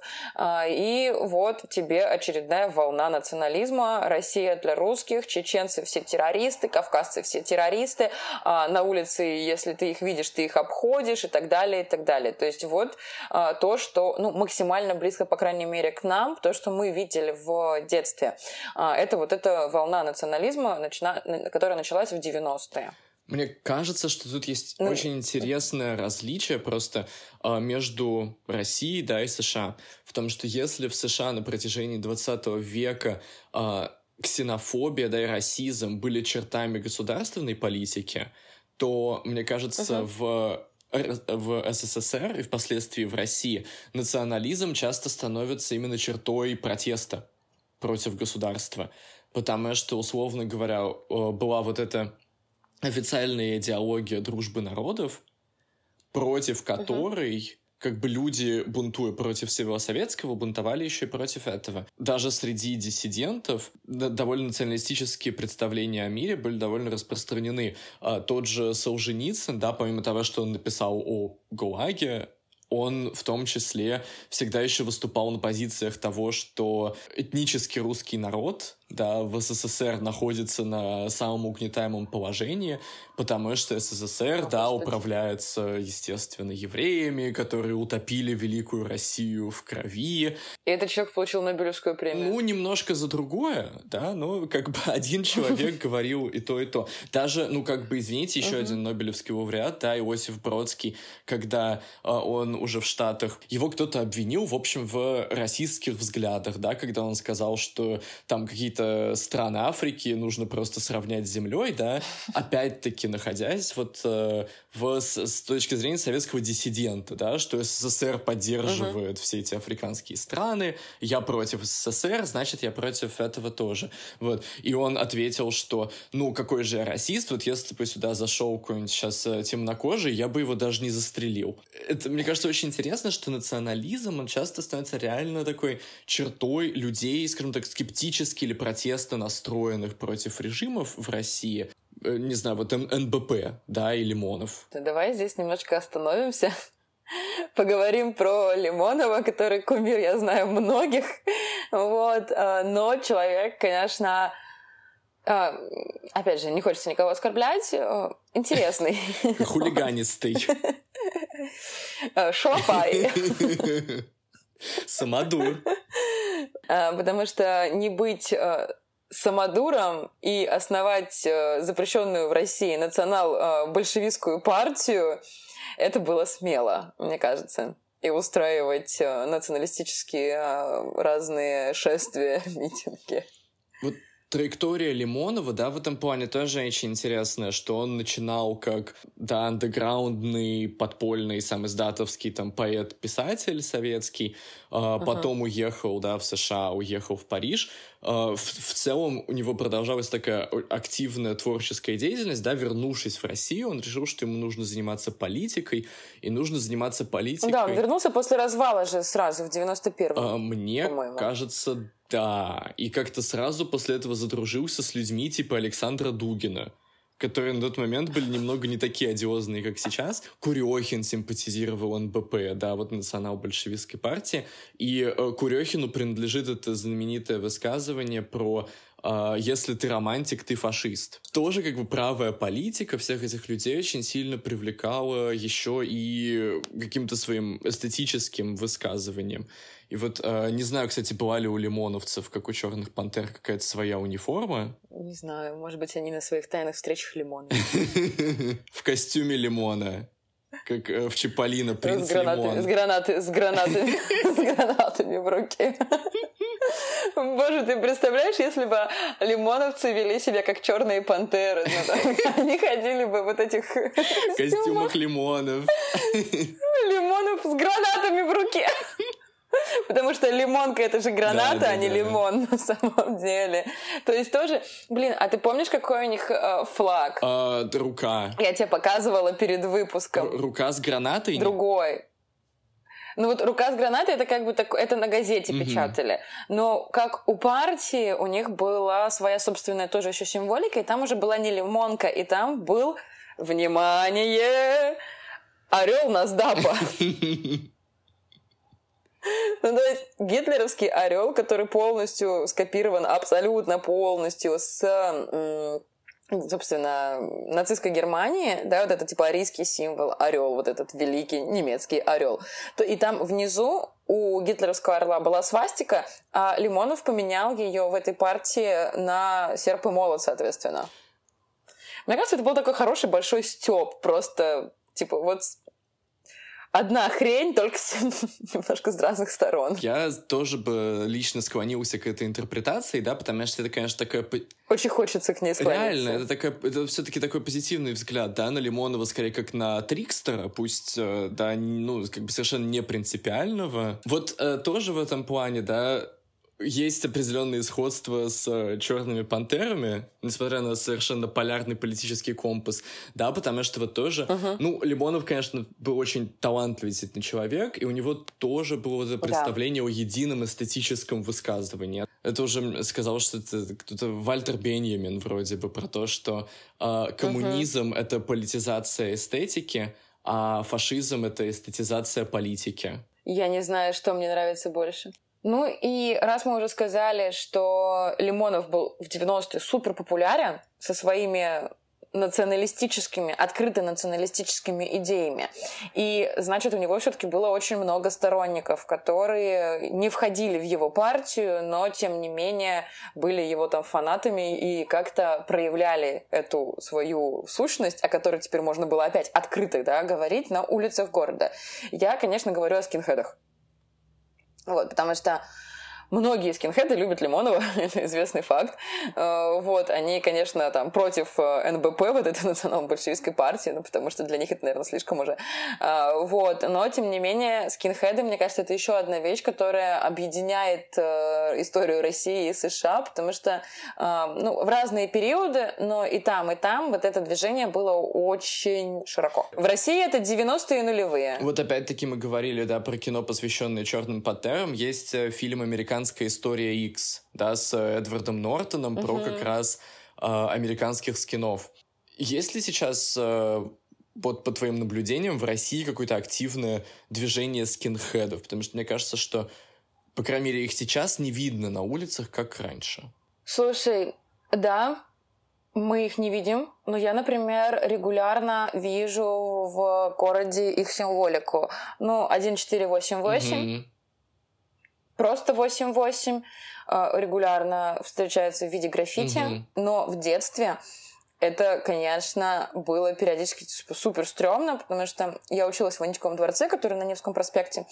И вот тебе очередная волна национализма. Россия для русских, чеченцы все террористы, кавказцы все террористы. На улице, если ты их видишь, ты их обходишь и так далее, и так далее. То есть вот то, что ну, максимально близко, по крайней мере, к нам, то, что мы видели в детстве. Это вот эта волна национализма, которая началась в девяностые. Мне кажется, что тут есть ну, очень интересное различие просто э, между Россией, да, и США. В том, что если в США на протяжении двадцатого века э, ксенофобия, да, и расизм были чертами государственной политики, то, мне кажется, uh-huh. в... в СССР и впоследствии в России национализм часто становится именно чертой протеста против государства. Потому что, условно говоря, была вот эта официальная идеология дружбы народов, против которой, uh-huh. как бы люди, бунтуя против всего советского, бунтовали еще и против этого. Даже среди диссидентов довольно националистические представления о мире были довольно распространены. А тот же Солженицын, да, помимо того, что он написал о ГУЛАГе, он в том числе всегда еще выступал на позициях того, что этнический русский народ, да, в СССР находится на самом угнетаемом положении, потому что СССР, О, да, Господи. управляется, естественно, евреями, которые утопили Великую Россию в крови. И этот человек получил Нобелевскую премию. Ну, немножко за другое, да, но как бы один человек говорил и то, и то. Даже, ну, как бы, извините, еще один Нобелевский лауреат, да, Иосиф Бродский, когда он уже в Штатах, его кто-то обвинил, в общем, в расистских взглядах, да, когда он сказал, что там какие-то страны Африки нужно просто сравнять с землей, да, опять-таки находясь вот э, в, с, с точки зрения советского диссидента, да, что СССР поддерживает uh-huh. все эти африканские страны, я против СССР, значит, я против этого тоже. Вот. И он ответил, что, ну, какой же я расист, вот если бы сюда зашел какой-нибудь сейчас темнокожий, я бы его даже не застрелил. Это, мне кажется, очень интересно, что национализм, он часто становится реально такой чертой людей, скажем так, скептически или протестно настроенных против режимов в России. Не знаю, вот эн бэ пэ, да, и Лимонов. Давай здесь немножко остановимся. Поговорим про Лимонова, который кумир, я знаю, многих. Вот. Но человек, конечно, опять же, не хочется никого оскорблять, интересный. Хулиганистый. Шалопай. Самодур. Потому что не быть самодуром и основать запрещенную в России национал-большевистскую партию, это было смело, мне кажется. И устраивать националистические разные шествия, митинги. Вот траектория Лимонова, да, в этом плане тоже очень интересная, что он начинал как, да, андеграундный, подпольный, сам издатовский там поэт-писатель советский, э, uh-huh. потом уехал, да, в США, уехал в Париж. Э, в, в целом у него продолжалась такая активная творческая деятельность, да, вернувшись в Россию, он решил, что ему нужно заниматься политикой, и нужно заниматься политикой. Да, он вернулся после развала же сразу в девяносто первом. Э, мне по-моему. кажется, да, и как-то сразу после этого задружился с людьми типа Александра Дугина, которые на тот момент были немного не такие одиозные, как сейчас. Курехин симпатизировал эн бэ пэ, да, вот национал-большевистской партии. И э, Курехину принадлежит это знаменитое высказывание про э, если ты романтик, ты фашист. Тоже как бы правая политика всех этих людей очень сильно привлекала еще и каким-то своим эстетическим высказыванием. И вот, э, не знаю, кстати, была ли у лимоновцев, как у «Черных пантер», какая-то своя униформа? Не знаю, может быть, они на своих тайных встречах лимоны. В костюме лимона. Как э, в Чиполлино принц Лимон. С гранатами, с гранатами, с гранатами в руке. Боже, ты представляешь, если бы лимоновцы вели себя как черные пантеры, они ходили бы в вот этих костюмах лимонов. Лимонов с гранатами в руке. Потому что лимонка — это же граната, да, да, а не да, лимон да. на самом деле. То есть тоже... Блин, а ты помнишь, какой у них э, флаг? А, рука. Я тебе показывала перед выпуском. Р- рука с гранатой? Другой. Ну вот рука с гранатой — это как бы так, это на газете mm-hmm. печатали. Но как у партии, у них была своя собственная тоже еще символика, и там уже была не лимонка, и там был, внимание, орел Насдапа. Ну, то есть гитлеровский орел, который полностью скопирован, абсолютно полностью с, собственно, нацистской Германии, да, вот это типа арийский символ, орел, вот этот великий немецкий орел. То и там внизу у гитлеровского орла была свастика, а Лимонов поменял ее в этой партии на серп и молот, соответственно. Мне кажется, это был такой хороший большой стёб, просто типа вот... Одна хрень, только с, немножко с разных сторон. Я тоже бы лично склонился к этой интерпретации, да, потому что это, конечно, такое... Очень хочется к ней склониться. Реально, это, такая, это все-таки такой позитивный взгляд, да, на Лимонова, скорее как на трикстера, пусть, да, ну, как бы совершенно не принципиального. Вот э, тоже в этом плане, да, есть определенные сходства с э, «Черными пантерами», несмотря на совершенно полярный политический компас, да, потому что вот тоже, uh-huh. ну, Лимонов, конечно, был очень талантливый действительно человек, и у него тоже было вот это представление да. о едином эстетическом высказывании. Это уже сказал, что это кто-то Вальтер Беньямин вроде бы, про то, что э, коммунизм uh-huh. — это политизация эстетики, а фашизм — это эстетизация политики. Я не знаю, что мне нравится больше. Ну и раз мы уже сказали, что Лимонов был в девяностые супер популярен со своими националистическими, открыто националистическими идеями. И, значит, у него все-таки было очень много сторонников, которые не входили в его партию, но, тем не менее, были его там фанатами и как-то проявляли эту свою сущность, о которой теперь можно было опять открыто, да, говорить на улицах города. Я, конечно, говорю о скинхедах. Вот, потому что многие скинхеды любят Лимонова, это известный факт. Вот, они, конечно, там против эн бэ пэ, вот этой национал-большевистской партии, ну, потому что для них это, наверное, слишком уже. Вот, но, тем не менее, скинхеды, мне кажется, это еще одна вещь, которая объединяет историю России и США, потому что, ну, в разные периоды, но и там, и там вот это движение было очень широко. В России это девяностые и нулевые. Вот опять-таки мы говорили, да, про кино, посвященное «Черным пантерам». Есть фильм «Американская история Икс», да, с Эдвардом Нортоном, uh-huh. про как раз э, американских скинов. Есть ли сейчас, э, вот по твоим наблюдениям, в России какое-то активное движение скинхедов? Потому что мне кажется, что, по крайней мере, их сейчас не видно на улицах, как раньше. Слушай, да, мы их не видим, но я, например, регулярно вижу в городе их символику. Ну, один четыре восемь восемь. Uh-huh. Просто восемь восемь регулярно встречается в виде граффити, mm-hmm. но в детстве это, конечно, было периодически супер стрёмно, потому что я училась в Анечковом дворце, который на Невском проспекте,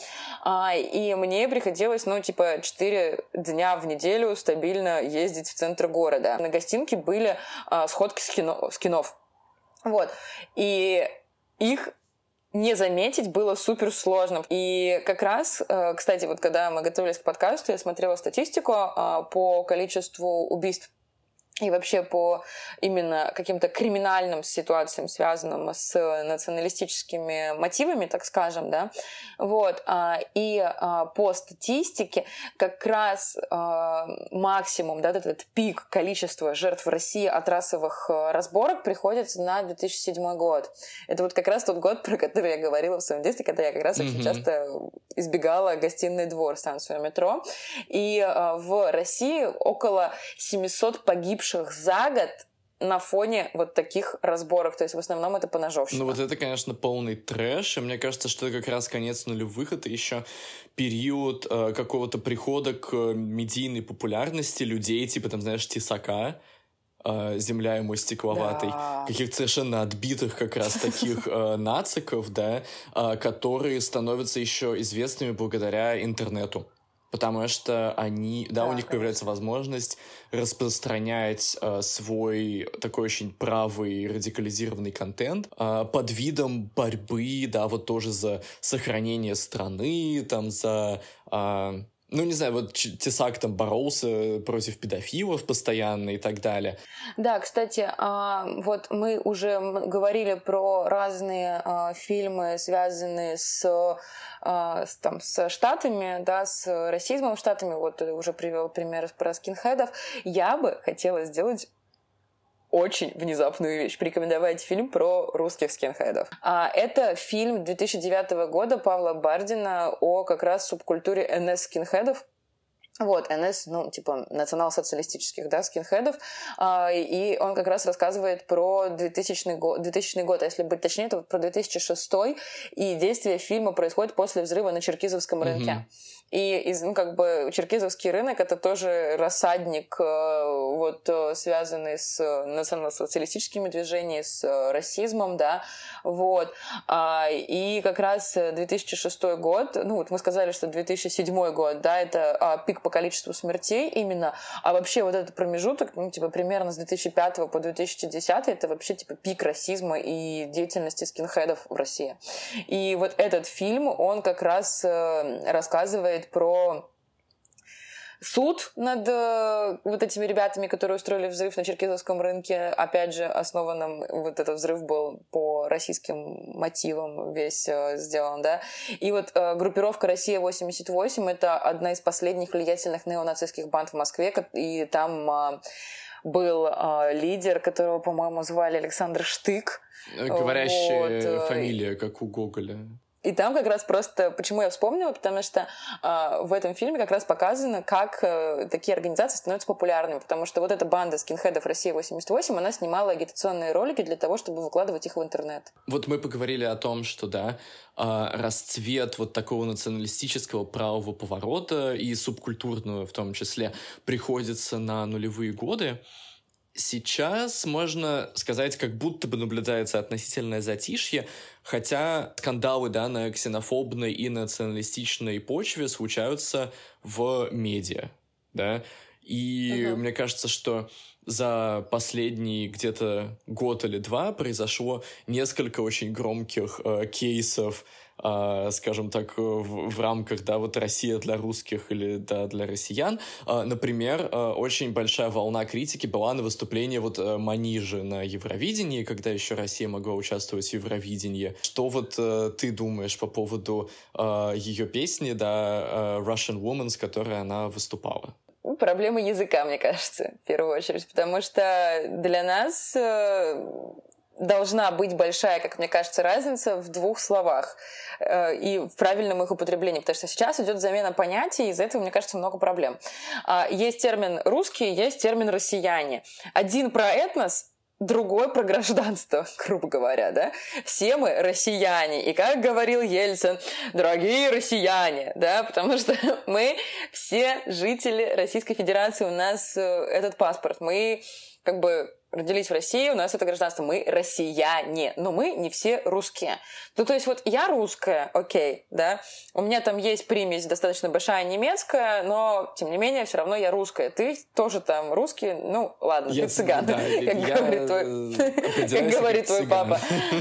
и мне приходилось, ну, типа, четыре дня в неделю стабильно ездить в центр города. На гостинке были сходки скинов, скинов. Вот. И их не заметить было супер сложно. И как раз, кстати, вот когда мы готовились к подкасту, я смотрела статистику по количеству убийств и вообще по именно каким-то криминальным ситуациям, связанным с националистическими мотивами, так скажем, да, вот, и по статистике как раз максимум, да, этот пик количества жертв в России от расовых разборок приходится на две тысячи седьмой год. Это вот как раз тот год, про который я говорила в своем детстве, когда я как раз mm-hmm. очень часто избегала гостиный двор, станцию метро, и в России около семьсот погибших за год на фоне вот таких разборок. То есть в основном это поножовщина. Ну вот это, конечно, полный трэш. И мне кажется, что это как раз конец нулевых. Это еще период э, какого-то прихода к медийной популярности людей, типа, там, знаешь, Тесака, э, «Земля ему стекловатой», да. Каких-то совершенно отбитых как раз таких э, нациков, да, э, которые становятся еще известными благодаря интернету. Потому что они, да, да, у них конечно. Появляется возможность распространять э, свой такой очень правый радикализированный контент э, под видом борьбы, да, вот тоже за сохранение страны, там, за... Э, ну, не знаю, вот Тесак там боролся против педофилов постоянно и так далее. Да, кстати, вот мы уже говорили про разные фильмы, связанные с, с, там, с Штатами, да, с расизмом в Штатами. Вот ты уже привел пример про скинхедов. Я бы хотела сделать очень внезапную вещь. Порекомендовать фильм про русских скинхедов. А, это фильм две тысячи девятого года Павла Бардина о как раз субкультуре эн эс-скинхедов. Вот, эн эс, ну, типа, национал-социалистических, да, скинхедов, а, и он как раз рассказывает про двухтысячный год, двухтысячный год, а если быть точнее, то про две тысячи шестой, и действие фильма происходит после взрыва на Черкизовском рынке. Mm-hmm. И, ну, как бы, Черкизовский рынок — это тоже рассадник, вот, связанный с национал-социалистическими движениями, с расизмом, да, вот. И как раз две тысячи шестой год, ну, вот мы сказали, что две тысячи седьмой год, да, это пик по количеству смертей именно, а вообще вот этот промежуток, ну, типа, примерно с две тысячи пятого по две тысячи десятый, это вообще, типа, пик расизма и деятельности скинхедов в России. И вот этот фильм, он как раз рассказывает про суд над э, вот этими ребятами, которые устроили взрыв на Черкизовском рынке. Опять же, основанным вот этот взрыв был по российским мотивам весь э, сделан, да. И вот э, группировка «Россия восемьдесят восемь» — это одна из последних влиятельных неонацистских банд в Москве, и там э, был э, лидер, которого, по-моему, звали Александр Штык. Говорящая вот. Фамилия, как у Гоголя. И там как раз просто... Почему я вспомнила? Потому что э, в этом фильме как раз показано, как э, такие организации становятся популярными. Потому что вот эта банда скинхедов «Россия восемьдесят восемь», она снимала агитационные ролики для того, чтобы выкладывать их в интернет. Вот мы поговорили о том, что, да, э, расцвет вот такого националистического правого поворота и субкультурного в том числе приходится на нулевые годы. Сейчас можно сказать, как будто бы наблюдается относительное затишье, хотя скандалы, да, на ксенофобной и националистичной почве случаются в медиа, да, и uh-huh. мне кажется, что за последний где-то год или два произошло несколько очень громких э, кейсов, Uh, скажем так, в, в рамках, да, вот «Россия для русских» или, да, для россиян. Uh, например, uh, очень большая волна критики была на выступлении вот uh, Манижи на Евровидении, когда еще Россия могла участвовать в Евровидении. Что вот uh, ты думаешь по поводу uh, ее песни, да, uh, «Russian Woman», с которой она выступала? Проблема языка, мне кажется, в первую очередь, потому что для нас... Uh... должна быть большая, как мне кажется, разница в двух словах э, и в правильном их употреблении, потому что сейчас идет замена понятий, и из-за этого, мне кажется, много проблем. А, есть термин «русские», есть термин «россияне». Один про этнос, другой про гражданство, грубо говоря, да? Все мы россияне. И как говорил Ельцин, дорогие россияне, да, потому что мы все жители Российской Федерации, у нас э, этот паспорт, мы как бы родились в России, у нас это гражданство, мы россияне, но мы не все русские. Ну, то есть вот я русская, окей, да, у меня там есть примесь достаточно большая немецкая, но, тем не менее, все равно я русская. Ты тоже там русский, ну, ладно, я, ты цыган, да, как я, говорит твой, как говорит твой папа.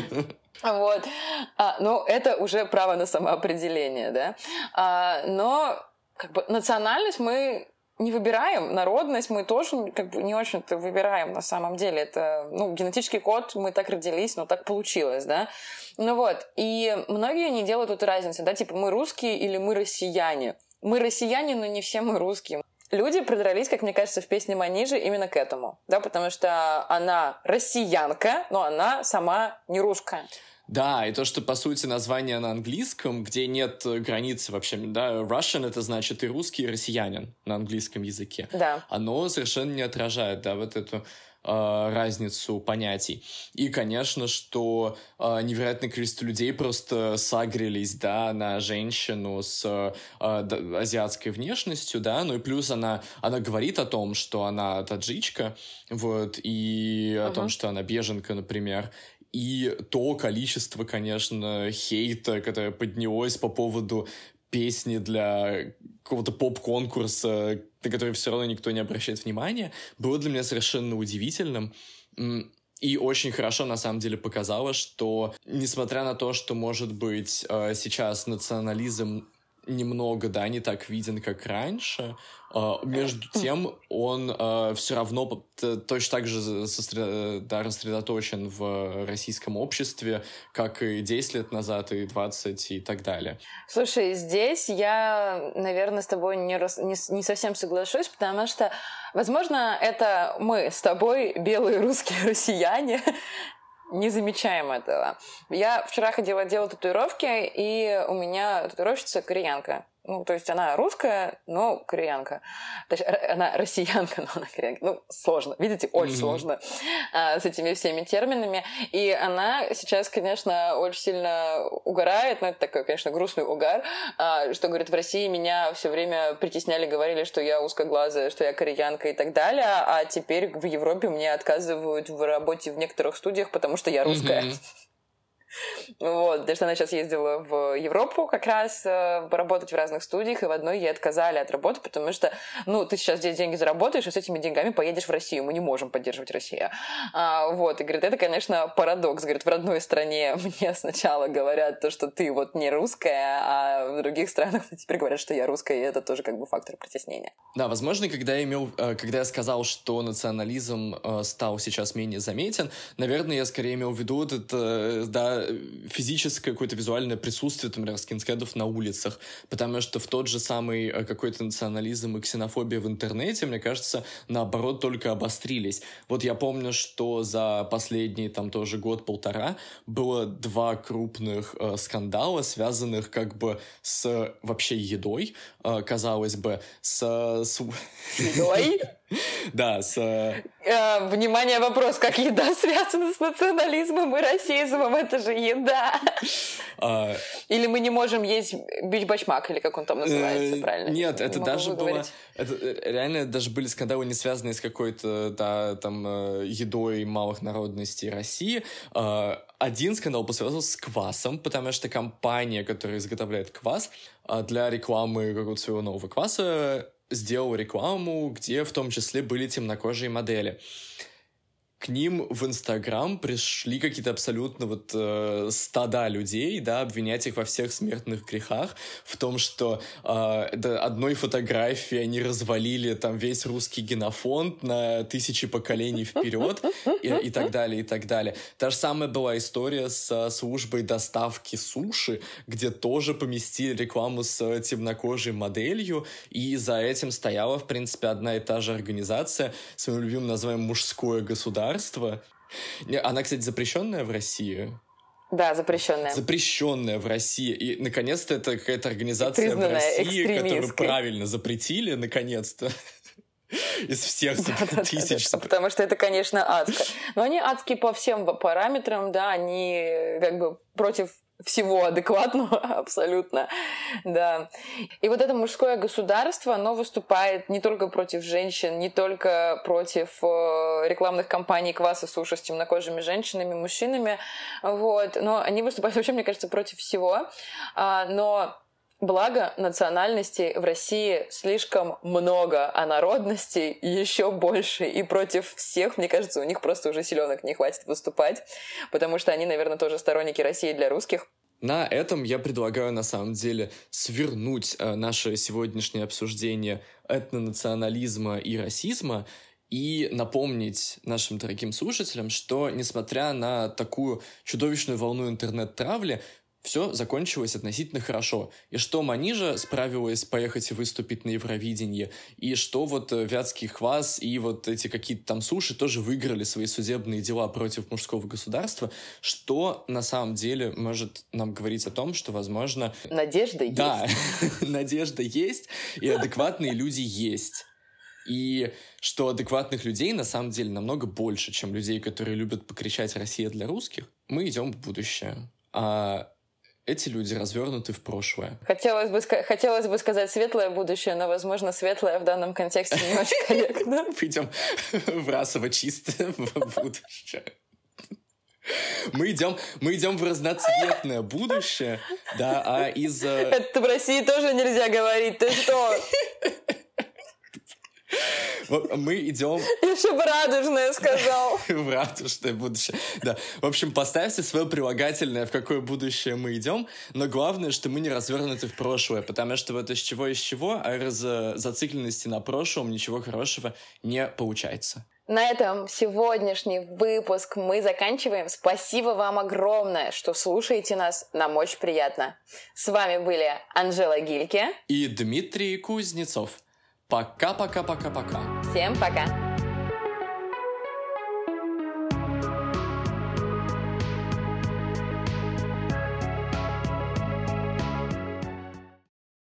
Вот. А, ну, это уже право на самоопределение, да. А, но, как бы, национальность мы... не выбираем народность, мы тоже как бы не очень-то выбираем на самом деле. Это, ну, генетический код, мы так родились, но так получилось, да. Ну вот, и многие не делают эту разницу, да, типа мы русские или мы россияне. Мы россияне, но не все мы русские. Люди придрались, как мне кажется, в песне «Манижи» именно к этому, да, потому что она россиянка, но она сама не русская. Да, и то, что, по сути, название на английском, где нет границы вообще, да, Russian — это значит и русский, и россиянин на английском языке. Да. Оно совершенно не отражает, да, вот эту э, разницу понятий. И, конечно, что э, невероятное количество людей просто сагрились, да, на женщину с э, да, азиатской внешностью, да, ну и плюс она, она говорит о том, что она таджичка, вот, и uh-huh. о том, что она беженка, например. И то количество, конечно, хейта, которое поднялось по поводу песни для какого-то поп-конкурса, на который все равно никто не обращает внимания, было для меня совершенно удивительным. И очень хорошо, на самом деле, показало, что, несмотря на то, что, может быть, сейчас национализм немного, да, не так виден, как раньше, между тем он все равно точно так же сосред... да, рассредоточен в российском обществе, как и десять лет назад, и двадцать, и так далее. Слушай, здесь я, наверное, с тобой не, рас... не, не совсем соглашусь, потому что, возможно, это мы с тобой, белые русские россияне, не замечаем этого. Я вчера ходила делать татуировки, и у меня татуировщица кореянка. Ну, то есть она русская, но кореянка. То есть она россиянка, но она кореянка. Ну, сложно. Видите, очень mm-hmm. сложно а, с этими всеми терминами. И она сейчас, конечно, очень сильно угорает. Ну, это такой, конечно, грустный угар. А, что, говорит, в России меня все время притесняли, говорили, что я узкоглазая, что я кореянка и так далее. А теперь в Европе мне отказывают в работе в некоторых студиях, потому что я русская. Mm-hmm. Вот, потому что она сейчас ездила в Европу как раз э, поработать в разных студиях, и в одной ей отказали от работы, потому что, ну, ты сейчас здесь деньги заработаешь, и с этими деньгами поедешь в Россию, мы не можем поддерживать Россию. А, вот, и говорит, это, конечно, парадокс. Говорит, в родной стране мне сначала говорят то, что ты вот не русская, а в других странах теперь говорят, что я русская, и это тоже как бы фактор притеснения. Да, возможно, когда я имел, когда я сказал, что национализм стал сейчас менее заметен, наверное, я скорее имел в виду это, да, физическое какое-то визуальное присутствие, например, скинхедов на улицах, потому что в тот же самый какой-то национализм и ксенофобия в интернете, мне кажется, наоборот, только обострились. Вот я помню, что за последний там тоже год-полтора было два крупных э, скандала, связанных как бы с вообще едой, э, казалось бы, с... с... Едой? Да, с... Э, внимание, вопрос, как еда связана с национализмом и расизмом? Это же еда. А... Или мы не можем есть бич-бачмак, или как он там называется, э, правильно? Нет, это не даже было... Это, реально даже были скандалы, не связанные с какой-то, да, там, едой малых народностей России. Один скандал был связан с квасом, потому что компания, которая изготовляет квас, для рекламы какого-то своего нового кваса сделал рекламу, где в том числе были темнокожие модели. К ним в Инстаграм пришли какие-то абсолютно вот э, стада людей, да, обвинять их во всех смертных грехах, в том, что э, до одной фотографии они развалили там весь русский генофонд на тысячи поколений вперед и, и так далее, и так далее. Та же самая была история со службой доставки суши, где тоже поместили рекламу с темнокожей моделью, и за этим стояла, в принципе, одна и та же организация с моим любимым названием «Мужское государство». Она, кстати, запрещенная в России. Да, запрещенная. Запрещенная в России. И, наконец-то, это какая-то организация в России, которую правильно запретили, наконец-то. Из всех да, тысяч. Да, да, да, потому что это, конечно, адско. Но они адские по всем параметрам, да, они как бы против всего адекватного абсолютно, да. И вот это мужское государство, оно выступает не только против женщин, не только против э, рекламных кампаний кваса суши с темнокожими женщинами, мужчинами, вот, но они выступают вообще, мне кажется, против всего, а, но благо национальностей в России слишком много, а народностей еще больше. И против всех, мне кажется, у них просто уже силёнок не хватит выступать, потому что они, наверное, тоже сторонники России для русских. На этом я предлагаю, на самом деле, свернуть э, наше сегодняшнее обсуждение этнонационализма и расизма и напомнить нашим дорогим слушателям, что, несмотря на такую чудовищную волну интернет-травли, все закончилось относительно хорошо. И что Манижа справилась поехать и выступить на Евровидении, и что вот Вятский Квас и вот эти какие-то там суши тоже выиграли свои судебные дела против мужского государства, что на самом деле может нам говорить о том, что, возможно... Надежда есть. Да, надежда есть, и адекватные люди есть. И что адекватных людей на самом деле намного больше, чем людей, которые любят покричать «Россия для русских». Мы идем в будущее. А эти люди развернуты в прошлое. Хотелось бы, хотелось бы сказать светлое будущее, но, возможно, светлое в данном контексте не очень корректно. Идем в расово чистое будущее. Мы идем, мы идем в разноцветное будущее, да, а из... Это в России тоже нельзя говорить, ты что? Мы идем... Я же в радужное сказал. В радужное будущее. Да. В общем, поставьте свое прилагательное, в какое будущее мы идем, но главное, что мы не развернуты в прошлое, потому что вот из чего из чего, а из зацикленности на прошлом ничего хорошего не получается. На этом сегодняшний выпуск мы заканчиваем. Спасибо вам огромное, что слушаете нас. Нам очень приятно. С вами были Анжела Гильке и Дмитрий Кузнецов. Пока-пока-пока-пока. Всем пока.